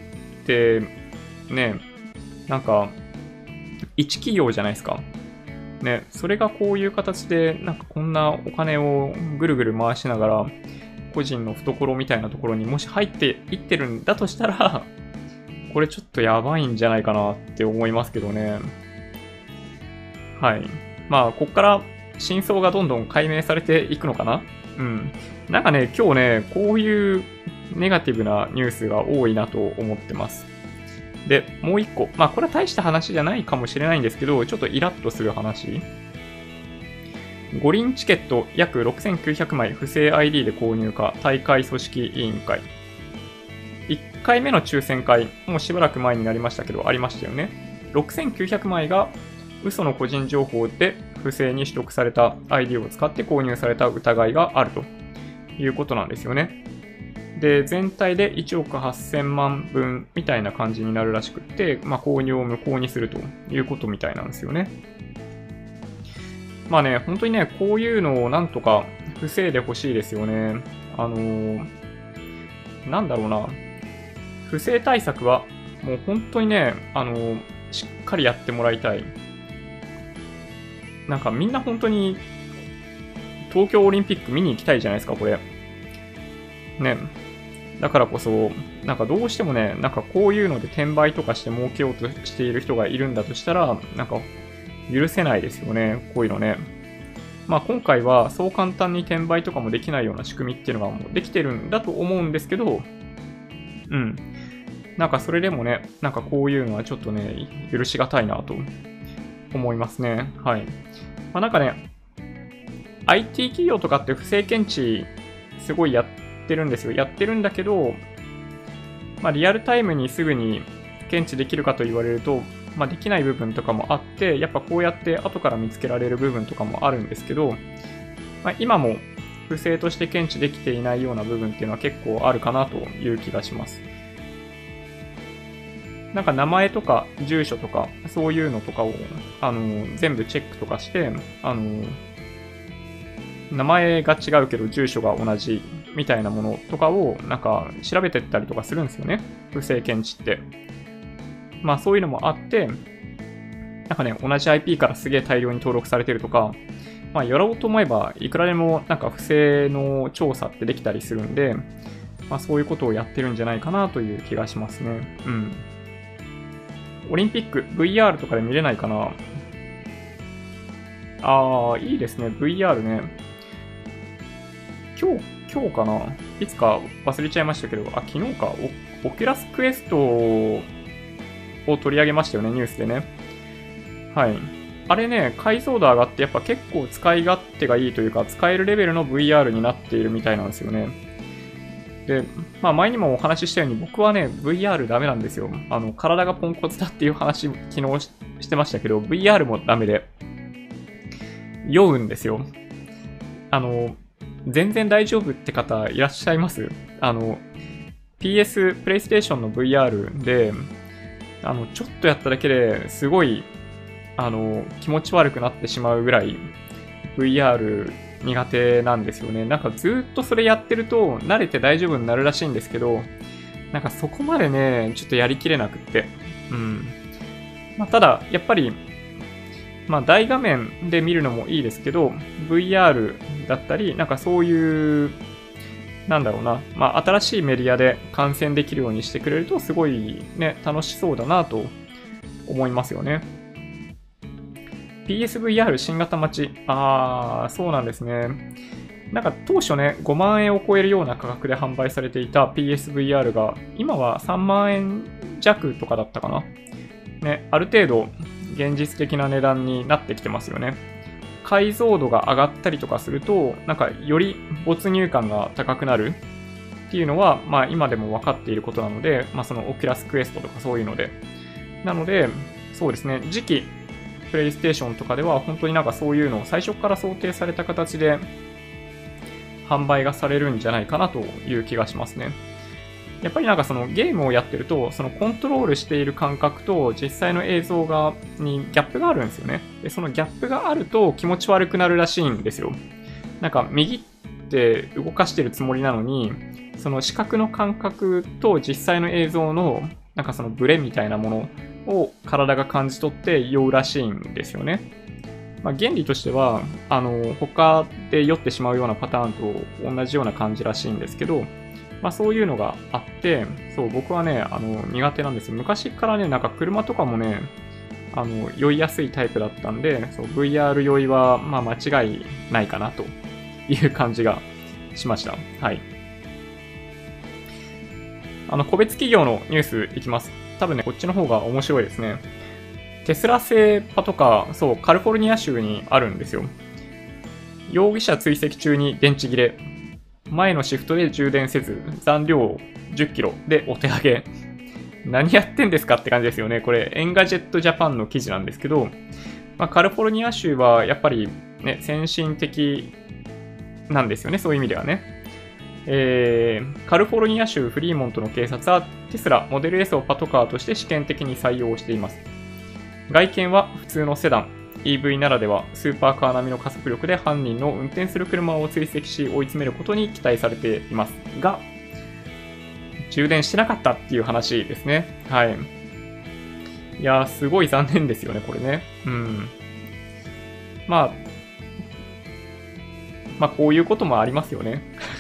A: ね、なんか、一企業じゃないですか。ね、それがこういう形で、なんかこんなお金をぐるぐる回しながら、個人の懐みたいなところにもし入っていってるんだとしたら、これちょっとやばいんじゃないかなって思いますけどね。はい。まあ、こっから真相がどんどん解明されていくのかな？うん。なんかね、今日ね、こういうネガティブなニュースが多いなと思ってます。で、もう一個。まあ、これは大した話じゃないかもしれないんですけど、ちょっとイラッとする話。五輪チケット約ろくせんきゅうひゃくまい不正 アイディー で購入か、大会組織委員会。いっかいめの抽選会、もうしばらく前になりましたけど、ありましたよね。ろくせんきゅうひゃくまいが嘘の個人情報で不正に取得された アイディー を使って購入された疑いがあるということなんですよね。で、全体でいちおくはっせんまんぶんみたいな感じになるらしくって、まあ、購入を無効にするということみたいなんですよね。まあね、本当にね、こういうのをなんとか防いでほしいですよね。あのー、なんだろうな。不正対策はもう本当にね、あのー、しっかりやってもらいたい。なんかみんな本当に東京オリンピック見に行きたいじゃないですか、これ。ね。だからこそ、なんかどうしてもね、なんかこういうので転売とかして儲けようとしている人がいるんだとしたら、なんか許せないですよね、こういうのね。 まあ、今回はそう簡単に転売とかもできないような仕組みっていうのがもうできてるんだと思うんですけど、うん。なんかそれでもね、なんかこういうのはちょっとね、許しがたいなと思いますね。はい。まあ、なんかね、アイティー 企業とかって不正検知すごいやってるんですよ。やってるんだけど、まあ、リアルタイムにすぐに検知できるかと言われると、まあ、できない部分とかもあって、やっぱこうやって後から見つけられる部分とかもあるんですけど、まあ、今も不正として検知できていないような部分っていうのは結構あるかなという気がします。なんか名前とか住所とかそういうのとかをあの全部チェックとかしてあの名前が違うけど住所が同じみたいなものとかをなんか調べてったりとかするんですよね。不正検知って。まあそういうのもあって、なんかね、同じ アイピー からすげえ大量に登録されてるとか、まあやろうと思えばいくらでもなんか不正の調査ってできたりするんで、まあそういうことをやってるんじゃないかなという気がしますね。うん。オリンピック ブイアール とかで見れないかな。ああ、いいですね。ブイアール ね。今日、今日かないつか忘れちゃいましたけど、あ、昨日か。オキュラスクエストを取り上げましたよね、ニュースでね。はい。あれね、解像度上がってやっぱ結構使い勝手がいいというか、使えるレベルの ブイアール になっているみたいなんですよね。で、まあ前にもお話ししたように僕はね、ブイアール ダメなんですよ。あの、体がポンコツだっていう話昨日 し, してましたけど、ブイアール もダメで、酔うんですよ。あの、全然大丈夫って方いらっしゃいます？あの、ピーエス、プレイステーションの ブイアール で、あの、ちょっとやっただけですごい、あの、気持ち悪くなってしまうぐらい ブイアール 苦手なんですよね。なんかずっとそれやってると慣れて大丈夫になるらしいんですけど、なんかそこまでね、ちょっとやりきれなくって。うん。まあ、ただ、やっぱり、まあ大画面で見るのもいいですけど、ブイアール だったり、なんかそういう、なんだろうな、まあ新しいメディアで観戦できるようにしてくれるとすごいね、楽しそうだなと思いますよね。ピーエスブイアール 新型待ち。あー、そうなんですね。なんか当初ね、ごまんえんを超えるような価格で販売されていた ピーエスブイアール が、今はさんまんえん弱とかだったかな。ね、ある程度現実的な値段になってきてますよね。解像度が上がったりとかすると、なんかより没入感が高くなるっていうのは、まあ今でも分かっていることなので、まあそのオキュラスクエストとかそういうので。なので、そうですね、次期プレイステーションとかでは本当になんかそういうのを最初から想定された形で販売がされるんじゃないかなという気がしますね。やっぱりなんかそのゲームをやってると、そのコントロールしている感覚と実際の映像が、にギャップがあるんですよね。で、そのギャップがあると気持ち悪くなるらしいんですよ。なんか右って動かしてるつもりなのに、その視覚の感覚と実際の映像のなんかそのブレみたいなものを体が感じ取って酔うらしいんですよね。まあ、原理としては、あの、他で酔ってしまうようなパターンと同じような感じらしいんですけど、まあそういうのがあって、そう、僕はね、あの、苦手なんですよ。昔からね、なんか車とかもね、あの、酔いやすいタイプだったんで、そう、ブイアール 酔いは、まあ間違いないかなという感じがしました。はい。あの、個別企業のニュースいきます。多分ね、こっちの方が面白いですね。テスラ製パトカー、そう、カリフォルニア州にあるんですよ。容疑者追跡中に電池切れ。前のシフトで充電せず、残量じゅっキロでお手上げ。何やってんですかって感じですよね。これ、エンガジェットジャパンの記事なんですけど、まあ、カリフォルニア州はやっぱりね、先進的なんですよね。そういう意味ではね。えー、カリフォルニア州フリーモントの警察はテスラモデル エス をパトカーとして試験的に採用しています。外見は普通のセダン、イーブイ ならではスーパーカー並みの加速力で犯人の運転する車を追跡し追い詰めることに期待されていますが、充電してなかったっていう話ですね。はい。いやー、すごい残念ですよね、これね。うん。まあ、まあこういうこともありますよね。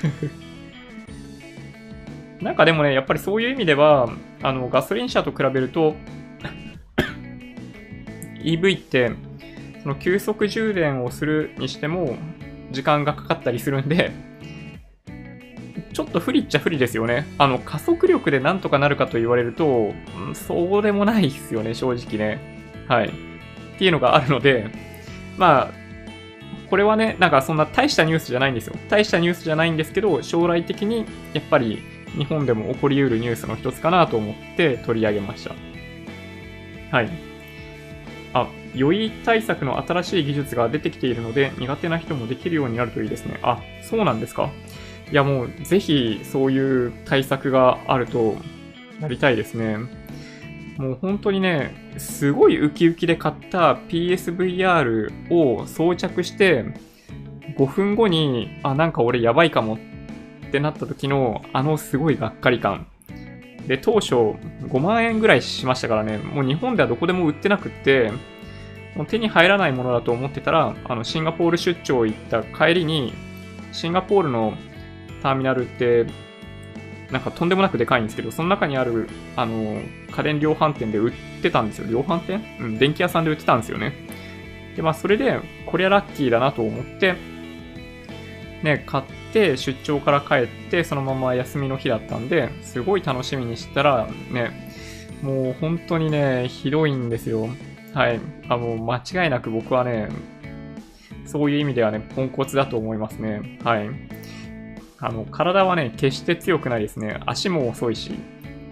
A: なんかでもね、やっぱりそういう意味では、あの、ガソリン車と比べると、イーブイ って、 その急速充電をするにしても時間がかかったりするんで、ちょっと不利っちゃ不利ですよね。あの、加速力でなんとかなるかと言われると、そうでもないですよね、正直ね。はい。っていうのがあるので、まあ、これはね、なんかそんな大したニュースじゃないんですよ。大したニュースじゃないんですけど、将来的にやっぱり日本でも起こり得るニュースの一つかなと思って取り上げました。はい。あ、酔い対策の新しい技術が出てきているので、苦手な人もできるようになるといいですね。あ、そうなんですか。いやもう、ぜひそういう対策があるとやりたいですね。もう本当にね、すごいウキウキで買った ピーエスブイアール を装着して、ごふんごに、あ、なんか俺やばいかもってなった時の、あのすごいがっかり感。で、当初ごまんえんぐらいしましたからね、もう日本ではどこでも売ってなくって、もう手に入らないものだと思ってたら、あの、シンガポール出張行った帰りに、シンガポールのターミナルって、なんかとんでもなくでかいんですけど、その中にある、あの、家電量販店で売ってたんですよ。量販店うん、電気屋さんで売ってたんですよね。で、まあ、それで、こりゃラッキーだなと思って、ね、買って出張から帰って、そのまま休みの日だったんで、すごい楽しみにしたら、ね、もう本当にね、ひどいんですよ。はい。あの、間違いなく僕はね、そういう意味ではね、ポンコツだと思いますね。はい。あの、体はね、決して強くないですね。足も遅いし。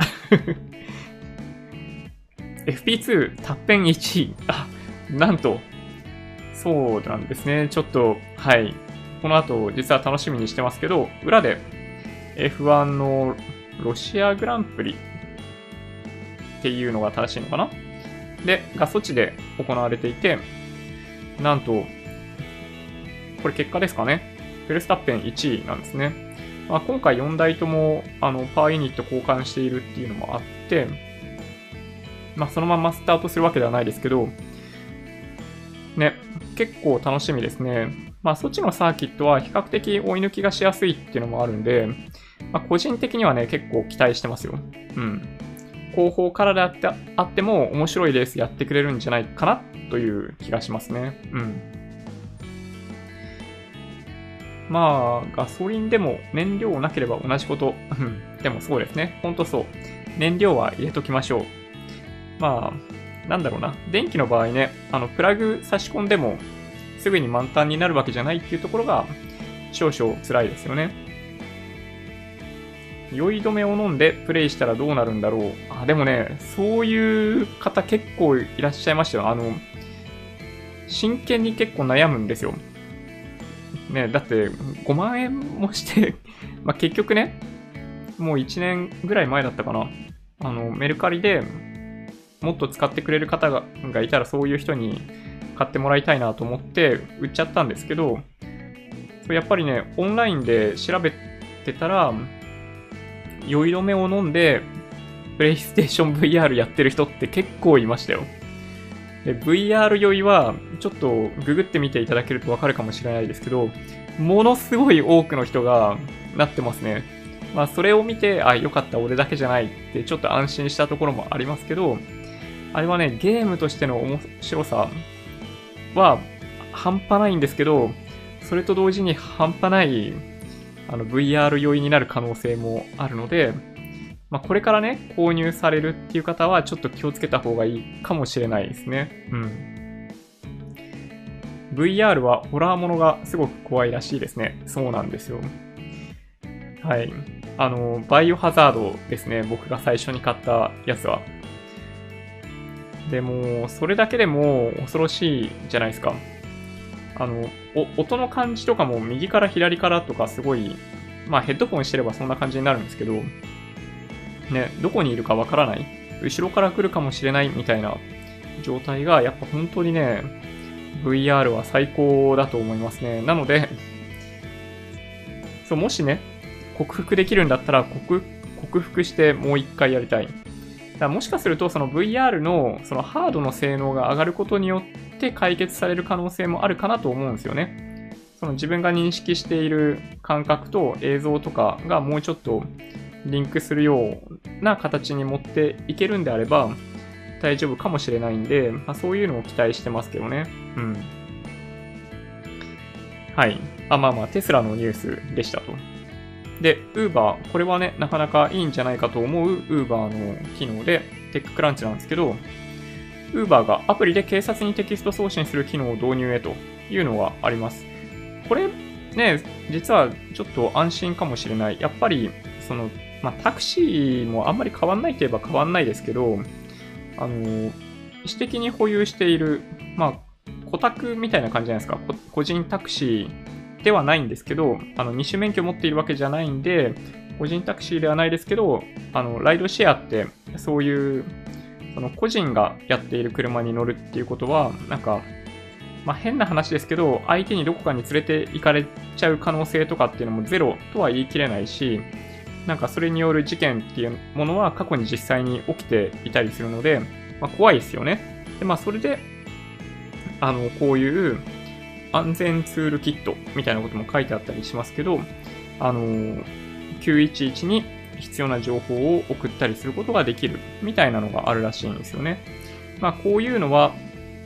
A: エフピーツー タッペンいちい。あ、なんと。そうなんですね。ちょっと、はい。この後、実は楽しみにしてますけど、裏で エフワン のロシアグランプリっていうのが正しいのかなで、がソチで行われていて、なんと、これ結果ですかね。フェルスタッペンいちいなんですね。まあ、今回よんだいともあのパワーユニット交換しているっていうのもあって、まあ、そのままスタートするわけではないですけど、ね、結構楽しみですね。まあ、そっちのサーキットは比較的追い抜きがしやすいっていうのもあるんで、まあ、個人的にはね、結構期待してますよ。うん。後方からであってあっても面白いレースやってくれるんじゃないかなという気がしますね。うん。まあ、ガソリンでも燃料なければ同じこと。でもそうですね。ほんとそう。燃料は入れときましょう。まあ、なんだろうな。電気の場合ね、あの、プラグ差し込んでもすぐに満タンになるわけじゃないっていうところが少々辛いですよね。酔い止めを飲んでプレイしたらどうなるんだろう。あ、でもね、そういう方結構いらっしゃいましたよ。あの、真剣に結構悩むんですよ。ね、だってごまんえんもしてまあ結局ね、もういちねんぐらい前だったかな。あの、メルカリでもっと使ってくれる方がいたらそういう人に買ってもらいたいなと思って売っちゃったんですけど、やっぱりね、オンラインで調べてたら、酔い止めを飲んで、プレイステーション ブイアール やってる人って結構いましたよ。で ブイアール 酔いは、ちょっとググってみていただけるとわかるかもしれないですけど、ものすごい多くの人がなってますね。まあ、それを見て、あ、よかった、俺だけじゃないって、ちょっと安心したところもありますけど、あれはね、ゲームとしての面白さは半端ないんですけど、それと同時に半端ないあの ブイアール 酔いになる可能性もあるので、まあ、これからね、購入されるっていう方はちょっと気をつけた方がいいかもしれないですね。うん。ブイアール はホラーものがすごく怖いらしいですね。そうなんですよ。はい。あの、バイオハザードですね。僕が最初に買ったやつは。でも、それだけでも恐ろしいじゃないですか。あの、音の感じとかも右から左からとかすごい、まあヘッドホンしてればそんな感じになるんですけど、ね、どこにいるかわからない、後ろから来るかもしれないみたいな状態が、やっぱ本当にね、ブイアール は最高だと思いますね。なので、そう、もしね、克服できるんだったら、克克服してもう一回やりたい。だからもしかすると、その ブイアール のそのハードの性能が上がることによって解決される可能性もあるかなと思うんですよね。その自分が認識している感覚と映像とかがもうちょっとリンクするような形に持っていけるんであれば、 大丈夫かもしれないんで、まあ、そういうのを期待してますけどね。うん。はい。あ、まあまあ、テスラのニュースでしたと。で、Uber、これはね、なかなかいいんじゃないかと思う Uber の機能で、テッククランチなんですけど、Uber がアプリで警察にテキスト送信する機能を導入へというのがあります。これね、実はちょっと安心かもしれない。やっぱり、その、まあ、タクシーもあんまり変わんないといえば変わんないですけど、あの、私的に保有している、まあ、顧託みたいな感じじゃないですか。個人タクシーではないんですけど、あの、二種免許持っているわけじゃないんで、個人タクシーではないですけど、あの、ライドシェアって、そういう、その個人がやっている車に乗るっていうことは、なんか、まあ、変な話ですけど、相手にどこかに連れて行かれちゃう可能性とかっていうのもゼロとは言い切れないし、なんかそれによる事件っていうものは過去に実際に起きていたりするので、まあ、怖いですよね。で、まあそれで、あの、こういう安全ツールキットみたいなことも書いてあったりしますけど、あの、きゅういちいちに必要な情報を送ったりすることができるみたいなのがあるらしいんですよね。まあこういうのは、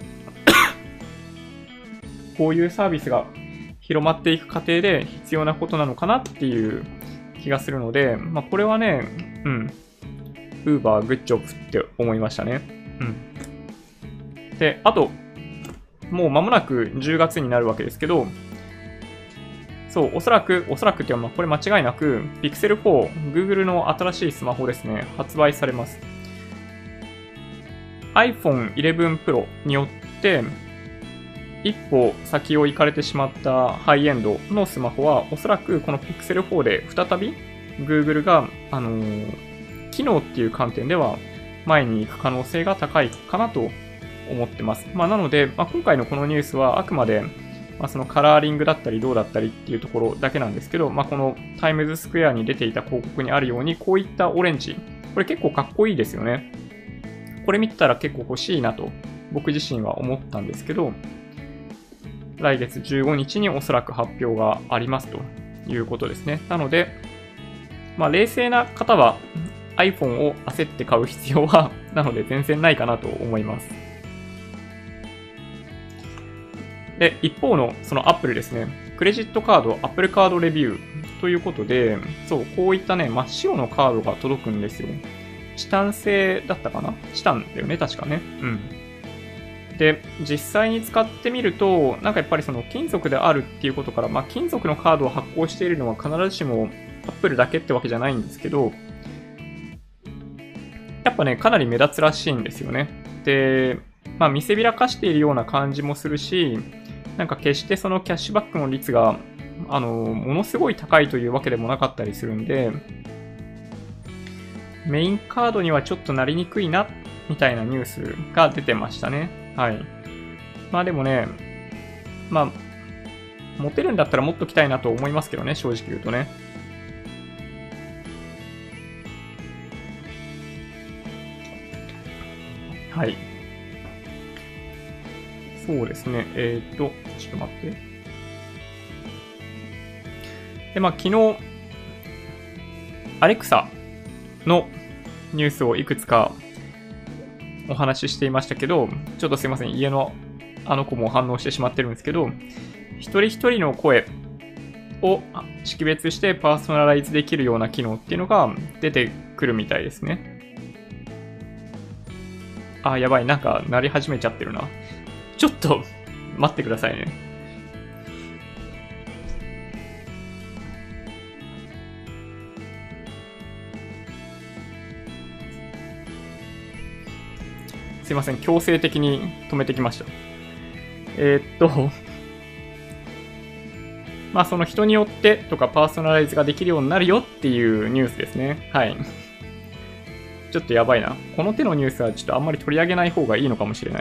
A: こういうサービスが広まっていく過程で必要なことなのかなっていう気がするので、まあこれはね、うん、Uber Good Job って思いましたね。うん。で、あと、もう間もなくじゅうがつになるわけですけど、そう、おそらく、おそらくっていうか、まあこれ間違いなく、Pixel フォー、Google の新しいスマホですね、発売されます。iPhone イレブン Pro によって、一歩先を行かれてしまったハイエンドのスマホは、おそらくこの Pixel フォーで再び Google が、あのー、機能っていう観点では前に行く可能性が高いかなと思ってます。まあ、なので、まあ、今回のこのニュースはあくまで、まあ、そのカラーリングだったりどうだったりっていうところだけなんですけど、まあ、このタイムズスクエアに出ていた広告にあるように、こういったオレンジ、これ結構かっこいいですよね。これ見てたら結構欲しいなと僕自身は思ったんですけど、来月じゅうごにちにおそらく発表がありますということですね。なので、まあ、冷静な方は iPhone を焦って買う必要はなので全然ないかなと思います。で、一方のその Apple ですね。クレジットカード、Apple カードレビューということで、そう、こういったね、真っ白のカードが届くんですよ。チタン製だったかな？チタンだよね、確かね。うん。で、実際に使ってみると、なんかやっぱりその金属であるっていうことから、まあ金属のカードを発行しているのは必ずしも Apple だけってわけじゃないんですけど、やっぱね、かなり目立つらしいんですよね。で、まあ見せびらかしているような感じもするし、なんか決してそのキャッシュバックの率が、あの、ものすごい高いというわけでもなかったりするんで、メインカードにはちょっとなりにくいな、みたいなニュースが出てましたね。はい。まあでもね、まあ、持てるんだったら持っときたいなと思いますけどね、正直言うとね。はい。そうですね。えーっと、ちょっと待って。で、まあ昨日、アレクサのニュースをいくつかお話ししていましたけど、ちょっとすいません、家のあの子も反応してしまってるんですけど、一人一人の声を識別してパーソナライズできるような機能っていうのが出てくるみたいですね。あ、やばい、なんか鳴り始めちゃってるな。ちょっと待ってくださいね。すいません、強制的に止めてきました。えー、っと、まあその人によってとかパーソナライズができるようになるよっていうニュースですね。はい。ちょっとやばいな。この手のニュースはちょっとあんまり取り上げない方がいいのかもしれない。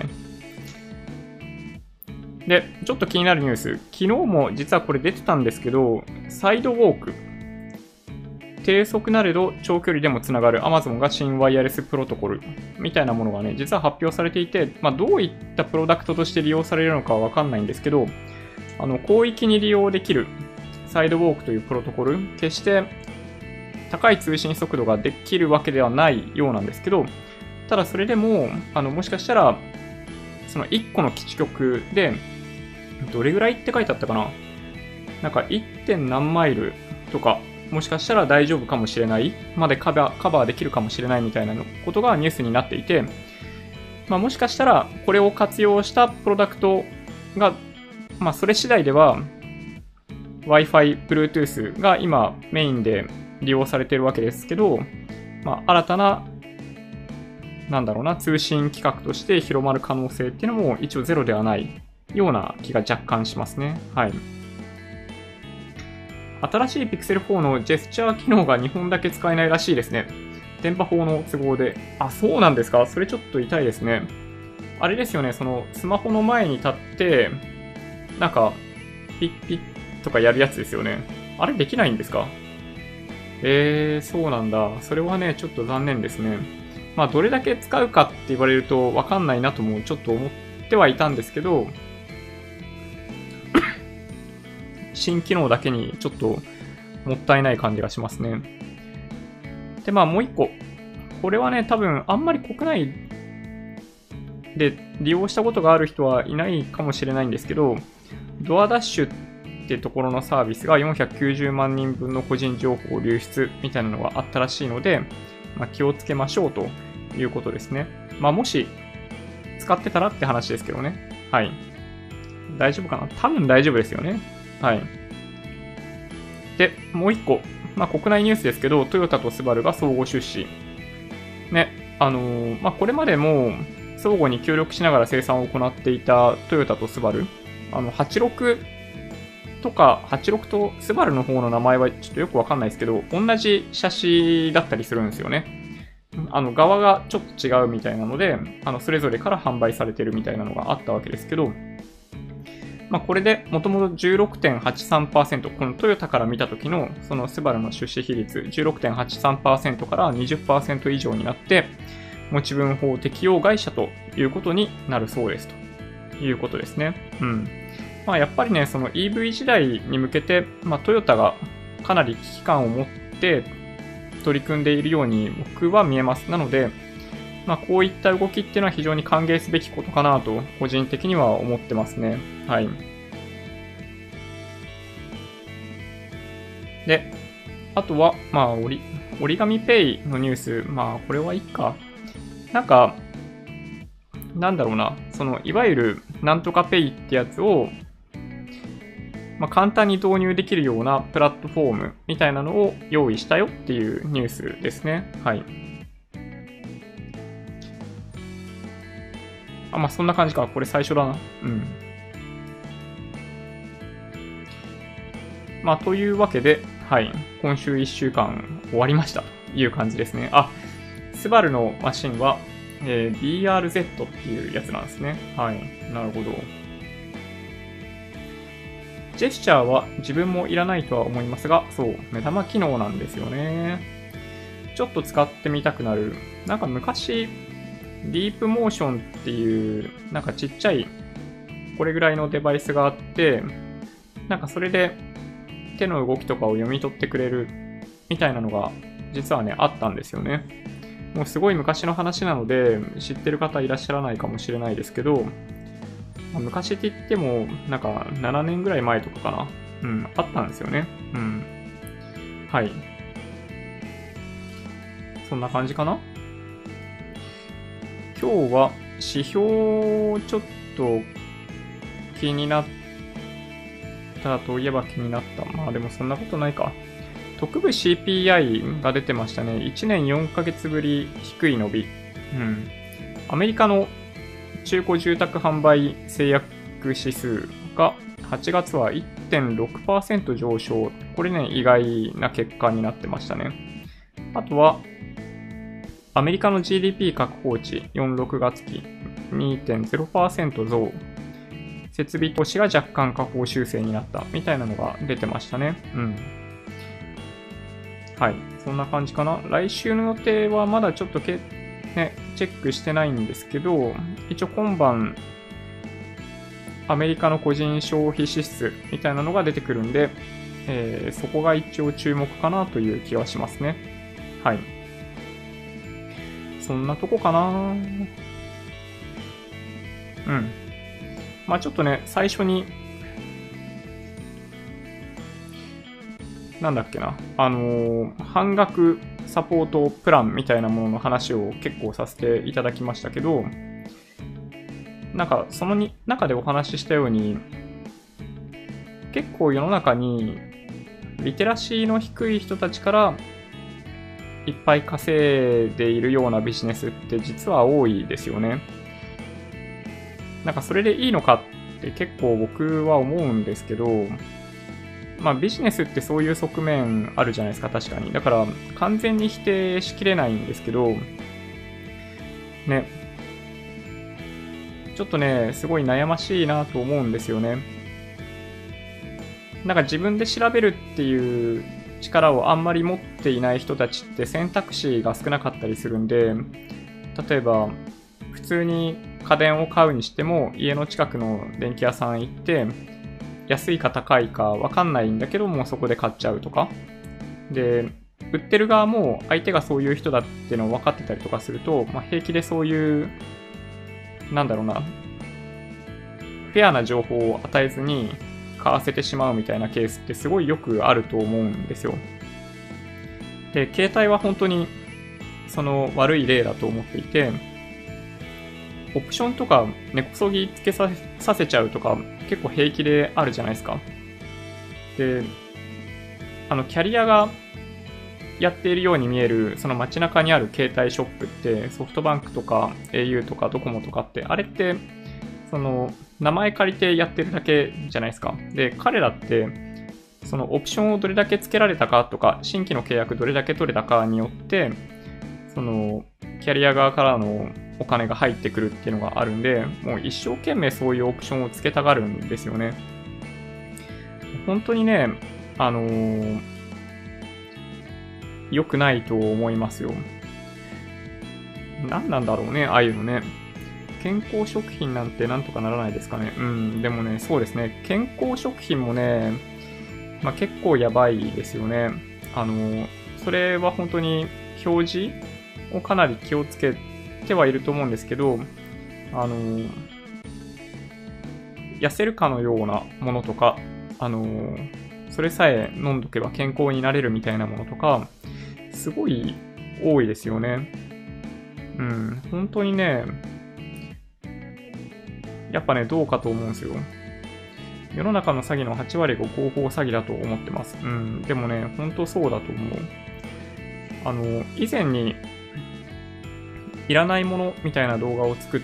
A: で、ちょっと気になるニュース。昨日も実はこれ出てたんですけど、サイドウォーク。低速なれど長距離でもつながる Amazon が新ワイヤレスプロトコルみたいなものがね、実は発表されていて、まあ、どういったプロダクトとして利用されるのかはわかんないんですけど、あの、広域に利用できるサイドウォークというプロトコル、決して高い通信速度ができるわけではないようなんですけど、 ただそれでも、あの、もしかしたら、そのいっこの基地局で、どれぐらいって書いてあったかな？なんか いってん 何マイルとか、もしかしたら大丈夫かもしれない、までカバー、カバーできるかもしれないみたいなことがニュースになっていて、まあ、もしかしたらこれを活用したプロダクトが、まあ、それ次第では Wi-Fi、Bluetooth が今メインで利用されているわけですけど、まあ、新たな、なんだろうな、通信規格として広まる可能性っていうのも一応ゼロではないような気が若干しますね。はい。新しい Pixel フォーのジェスチャー機能がにほんだけ使えないらしいですね。電波法の都合で。あ、そうなんですか？それちょっと痛いですね。あれですよね、そのスマホの前に立って、なんか、ピッピッとかやるやつですよね。あれできないんですか？えー、そうなんだ。それはね、ちょっと残念ですね。まあ、どれだけ使うかって言われるとわかんないなともちょっと思ってはいたんですけど、新機能だけにちょっともったいない感じがしますね。で、まあもう一個。これはね、多分あんまり国内で利用したことがある人はいないかもしれないんですけど、ドアダッシュってところのサービスがよんひゃくきゅうじゅうまんにんぶんの個人情報流出みたいなのがあったらしいので、まあ、気をつけましょうということですね。まあもし使ってたらって話ですけどね。はい。大丈夫かな？多分大丈夫ですよね。はい。で、もう一個。まあ、国内ニュースですけど、トヨタとスバルが相互出資。ね、あのー、まあ、これまでも相互に協力しながら生産を行っていたトヨタとスバル、あの、はちじゅうろくとか、はちじゅうろくとスバルの方の名前はちょっとよくわかんないですけど、同じ写真だったりするんですよね。あの、側がちょっと違うみたいなので、あの、それぞれから販売されてるみたいなのがあったわけですけど、まあ、これでもともと じゅうろくてんはちさんパーセント、このトヨタから見た時のそのスバルの出資比率 じゅうろくてんはちさんパーセント から にじゅっパーセント 以上になって、持ち分法適用会社ということになるそうですということですね。うん。まあ、やっぱりね、その イーブイ 時代に向けて、まあ、トヨタがかなり危機感を持って取り組んでいるように僕は見えます。なので、まあ、こういった動きっていうのは非常に歓迎すべきことかなと、個人的には思ってますね。はい。で、あとは、まあ、折り、折り紙ペイのニュース、まあ、これはいいか。なんか、なんだろうな、その、いわゆる、なんとかペイってやつを、まあ、簡単に導入できるようなプラットフォームみたいなのを用意したよっていうニュースですね。はい。あ、まあ、そんな感じか。これ最初だな。うん。まあ、というわけで、はい。今週いっしゅうかん終わりましたという感じですね。あ、スバルのマシンは、えー、ビーアールゼット っていうやつなんですね。はい。なるほど。ジェスチャーは自分もいらないとは思いますが、そう、目玉機能なんですよね。ちょっと使ってみたくなる。なんか昔、ディープモーションっていう、なんかちっちゃい、これぐらいのデバイスがあって、なんかそれで手の動きとかを読み取ってくれるみたいなのが実はね、あったんですよね。もうすごい昔の話なので、知ってる方いらっしゃらないかもしれないですけど、昔って言っても、なんかななねんぐらい前とかかな。うん、あったんですよね。うん。はい。そんな感じかな。今日は指標ちょっと気になったといえば気になった。まあでもそんなことないか。特部 シーピーアイ が出てましたね。いちねんよんかげつぶり低い伸び。うん。アメリカの中古住宅販売制約指数がはちがつは いってんろくパーセント 上昇。これね、意外な結果になってましたね。あとは、アメリカの ジーディーピー 確報値よん、ろくがつ期 にてんゼロパーセント 増。設備投資が若干下方修正になったみたいなのが出てましたね。うん。はい。そんな感じかな。来週の予定はまだちょっとけ、ね、チェックしてないんですけど、一応今晩、アメリカの個人消費支出みたいなのが出てくるんで、えー、そこが一応注目かなという気はしますね。はい。 そんなとこかな。うん。まあちょっとね、最初に、なんだっけな、あのー、半額サポートプランみたいなものの話を結構させていただきましたけど、なんかそのに中でお話ししたように、結構世の中にリテラシーの低い人たちからいっぱい稼いでいるようなビジネスって実は多いですよね。なんかそれでいいのかって結構僕は思うんですけど、まあビジネスってそういう側面あるじゃないですか、確かに。だから完全に否定しきれないんですけど、ね、ちょっとね、すごい悩ましいなと思うんですよね。なんか自分で調べるっていう力をあんまり持っていない人たちって選択肢が少なかったりするんで、例えば普通に家電を買うにしても家の近くの電気屋さん行って安いか高いか分かんないんだけどもそこで買っちゃうとかで、売ってる側も相手がそういう人だってのを分かってたりとかすると、まあ、平気でそういうなんだろうなフェアな情報を与えずに買わせてしまうみたいなケースってすごいよくあると思うんですよ。で、携帯は本当にその悪い例だと思っていて、オプションとか根こそぎつけさせちゃうとか結構平気であるじゃないですか。で、あのキャリアがやっているように見えるその街中にある携帯ショップってソフトバンクとか エーユー とかドコモとかってあれってその名前借りてやってるだけじゃないですか。で、彼らってそのオプションをどれだけ付けられたかとか新規の契約どれだけ取れたかによってそのキャリア側からのお金が入ってくるっていうのがあるんで、もう一生懸命そういうオプションを付けたがるんですよね。本当にね、あのー、良くないと思いますよ。何なんだろうね、ああいうのね。健康食品なんてなんとかならないですかね。うん、でもね、そうですね。健康食品もね、まあ、結構やばいですよね。あの、それは本当に表示をかなり気をつけてはいると思うんですけど、あの、痩せるかのようなものとか、あの、それさえ飲んどけば健康になれるみたいなものとか、すごい多いですよね。うん、本当にね、やっぱね、どうかと思うんですよ。世の中の詐欺のはち割が合法詐欺だと思ってます。うん。でもね、ほんとそうだと思う。あの、以前に、いらないものみたいな動画を作って、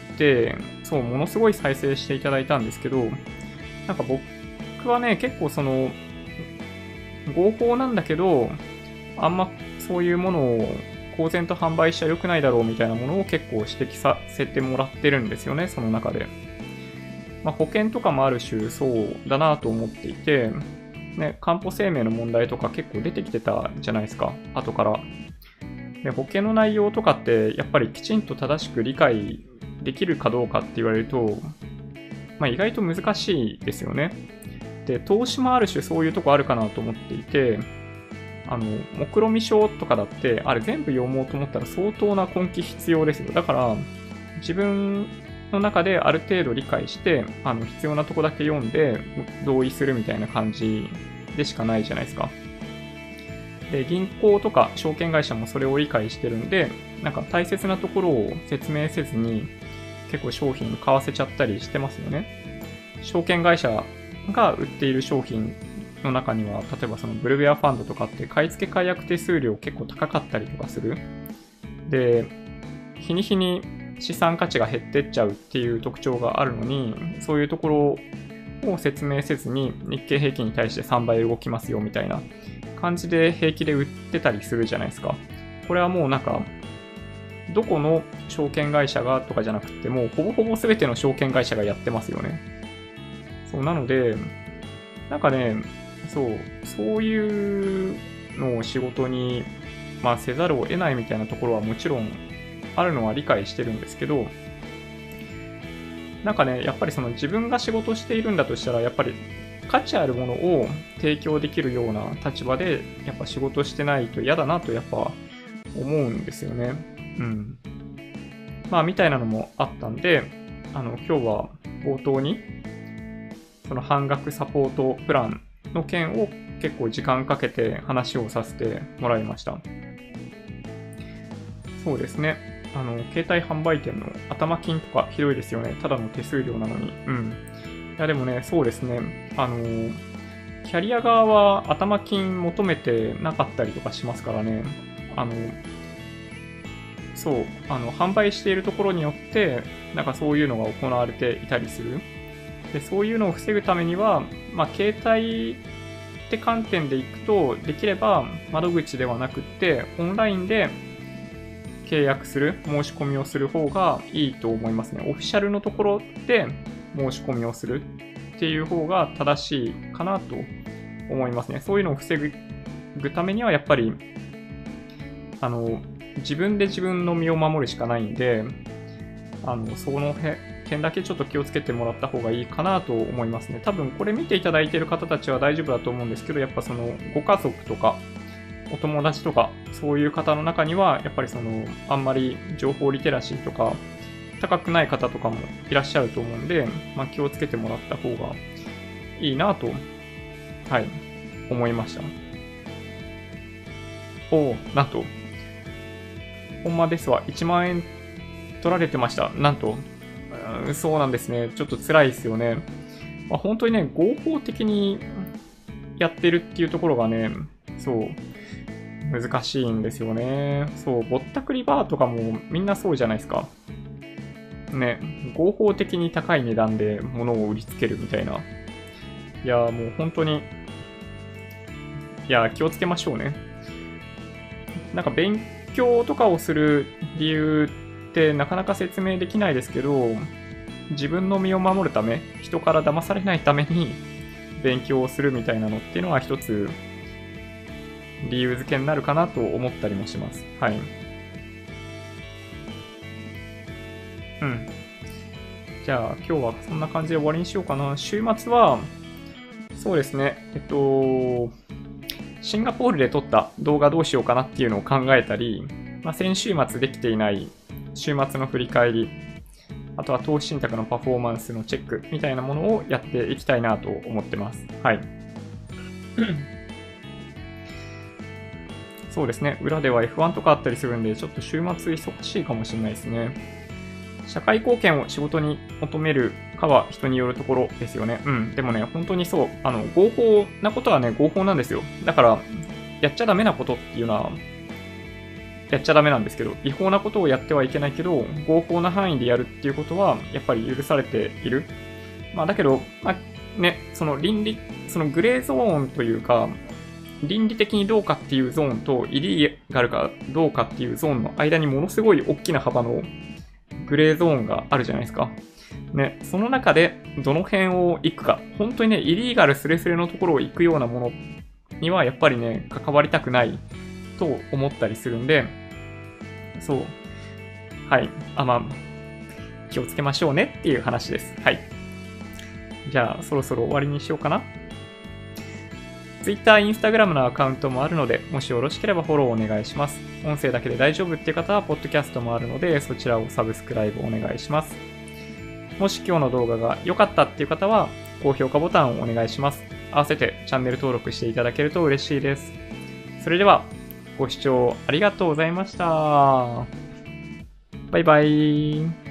A: そう、ものすごい再生していただいたんですけど、なんか僕はね、結構その、合法なんだけど、あんまそういうものを公然と販売しちゃ良くないだろうみたいなものを結構指摘させてもらってるんですよね、その中で。まあ、保険とかもある種そうだなと思っていて、ね、かんぽ生命の問題とか結構出てきてたじゃないですか、後から。で、保険の内容とかってやっぱりきちんと正しく理解できるかどうかって言われると、まあ、意外と難しいですよね。で、投資もある種そういうとこあるかなと思っていて、あの、目論見書とかだって、あれ全部読もうと思ったら相当な根気必要ですよ。だから、自分の中である程度理解して、あの、必要なとこだけ読んで同意するみたいな感じでしかないじゃないですか。で、銀行とか証券会社もそれを理解してるんで、なんか大切なところを説明せずに結構商品買わせちゃったりしてますよね。証券会社が売っている商品の中には、例えばそのブルベアファンドとかって買い付け解約手数料結構高かったりとかする。で、日に日に資産価値が減ってっちゃうっていう特徴があるのに、そういうところを説明せずに日経平均に対してさんばい動きますよみたいな感じで平気で売ってたりするじゃないですか。これはもうなんか、どこの証券会社がとかじゃなくて、もうほぼほぼ全ての証券会社がやってますよね。そう、なので、なんかね、そう、そういうのを仕事に、まあ、せざるを得ないみたいなところはもちろんあるのは理解してるんですけど、なんかね、やっぱりその自分が仕事しているんだとしたら、やっぱり価値あるものを提供できるような立場で、やっぱ仕事してないと嫌だなとやっぱ思うんですよね。うん。 まあ、みたいなのもあったんで、あの、今日は冒頭に、その半額サポートプランの件を結構時間かけて話をさせてもらいました。そうですね。あの、携帯販売店の頭金とかひどいですよね。ただの手数料なのに。うん。いや、でもね、そうですね。あの、キャリア側は頭金求めてなかったりとかしますからね。あの、そう、あの、販売しているところによって、なんかそういうのが行われていたりする。で、そういうのを防ぐためには、まあ、携帯って観点でいくと、できれば窓口ではなくって、オンラインで契約する、申し込みをする方がいいと思いますね。オフィシャルのところで申し込みをするっていう方が正しいかなと思いますね。そういうのを防ぐためには、やっぱり、あの、自分で自分の身を守るしかないんで、あの、その点だけちょっと気をつけてもらった方がいいかなと思いますね。多分これ見ていただいている方たちは大丈夫だと思うんですけど、やっぱそのご家族とかお友達とかそういう方の中には、やっぱりそのあんまり情報リテラシーとか高くない方とかもいらっしゃると思うんで、まあ、気をつけてもらった方がいいなと、はい、思いました。おー、なんと、ほんまですわ。いちまんえん取られてました。なんと。うん、そうなんですね。ちょっと辛いですよね。まあ、本当にね、合法的にやってるっていうところがね、そう、難しいんですよね。そう、ぼったくりバーとかもみんなそうじゃないですか。ね、合法的に高い値段で物を売りつけるみたいな。いや、もう本当に、いや、気をつけましょうね。なんか勉強とかをする理由ってなかなか説明できないですけど、自分の身を守るため、人から騙されないために勉強をするみたいなのっていうのは一つ理由付けになるかなと思ったりもします。はい。うん。じゃあ今日はそんな感じで終わりにしようかな。週末は、そうですね、えっと、シンガポールで撮った動画どうしようかなっていうのを考えたり、まあ、先週末できていない週末の振り返り、あとは投資信託のパフォーマンスのチェックみたいなものをやっていきたいなと思ってます。はい。そうですね。裏では エフワン とかあったりするんで、ちょっと週末忙しいかもしれないですね。社会貢献を仕事に求めるかは人によるところですよね。うん。でもね、本当にそう。あの、合法なことはね、合法なんですよ。だから、やっちゃダメなことっていうのは、やっちゃダメなんですけど、違法なことをやってはいけないけど、合法な範囲でやるっていうことは、やっぱり許されている。まあ、だけど、まあ、ね、その倫理、そのグレーゾーンというか、倫理的にどうかっていうゾーンと、イリーガルかどうかっていうゾーンの間にものすごい大きな幅のグレーゾーンがあるじゃないですか。ね、その中でどの辺を行くか、本当にね、イリーガルスレスレのところを行くようなものには、やっぱりね、関わりたくないと思ったりするんで、そう。はい。あ、まあ、気をつけましょうねっていう話です。はい。じゃあ、そろそろ終わりにしようかな。Twitter、Instagram のアカウントもあるので、もしよろしければフォローお願いします。音声だけで大丈夫っていう方は、ポッドキャストもあるので、そちらをサブスクライブお願いします。もし今日の動画が良かったっていう方は、高評価ボタンをお願いします。合わせてチャンネル登録していただけると嬉しいです。それでは、ご視聴ありがとうございました。バイバイ。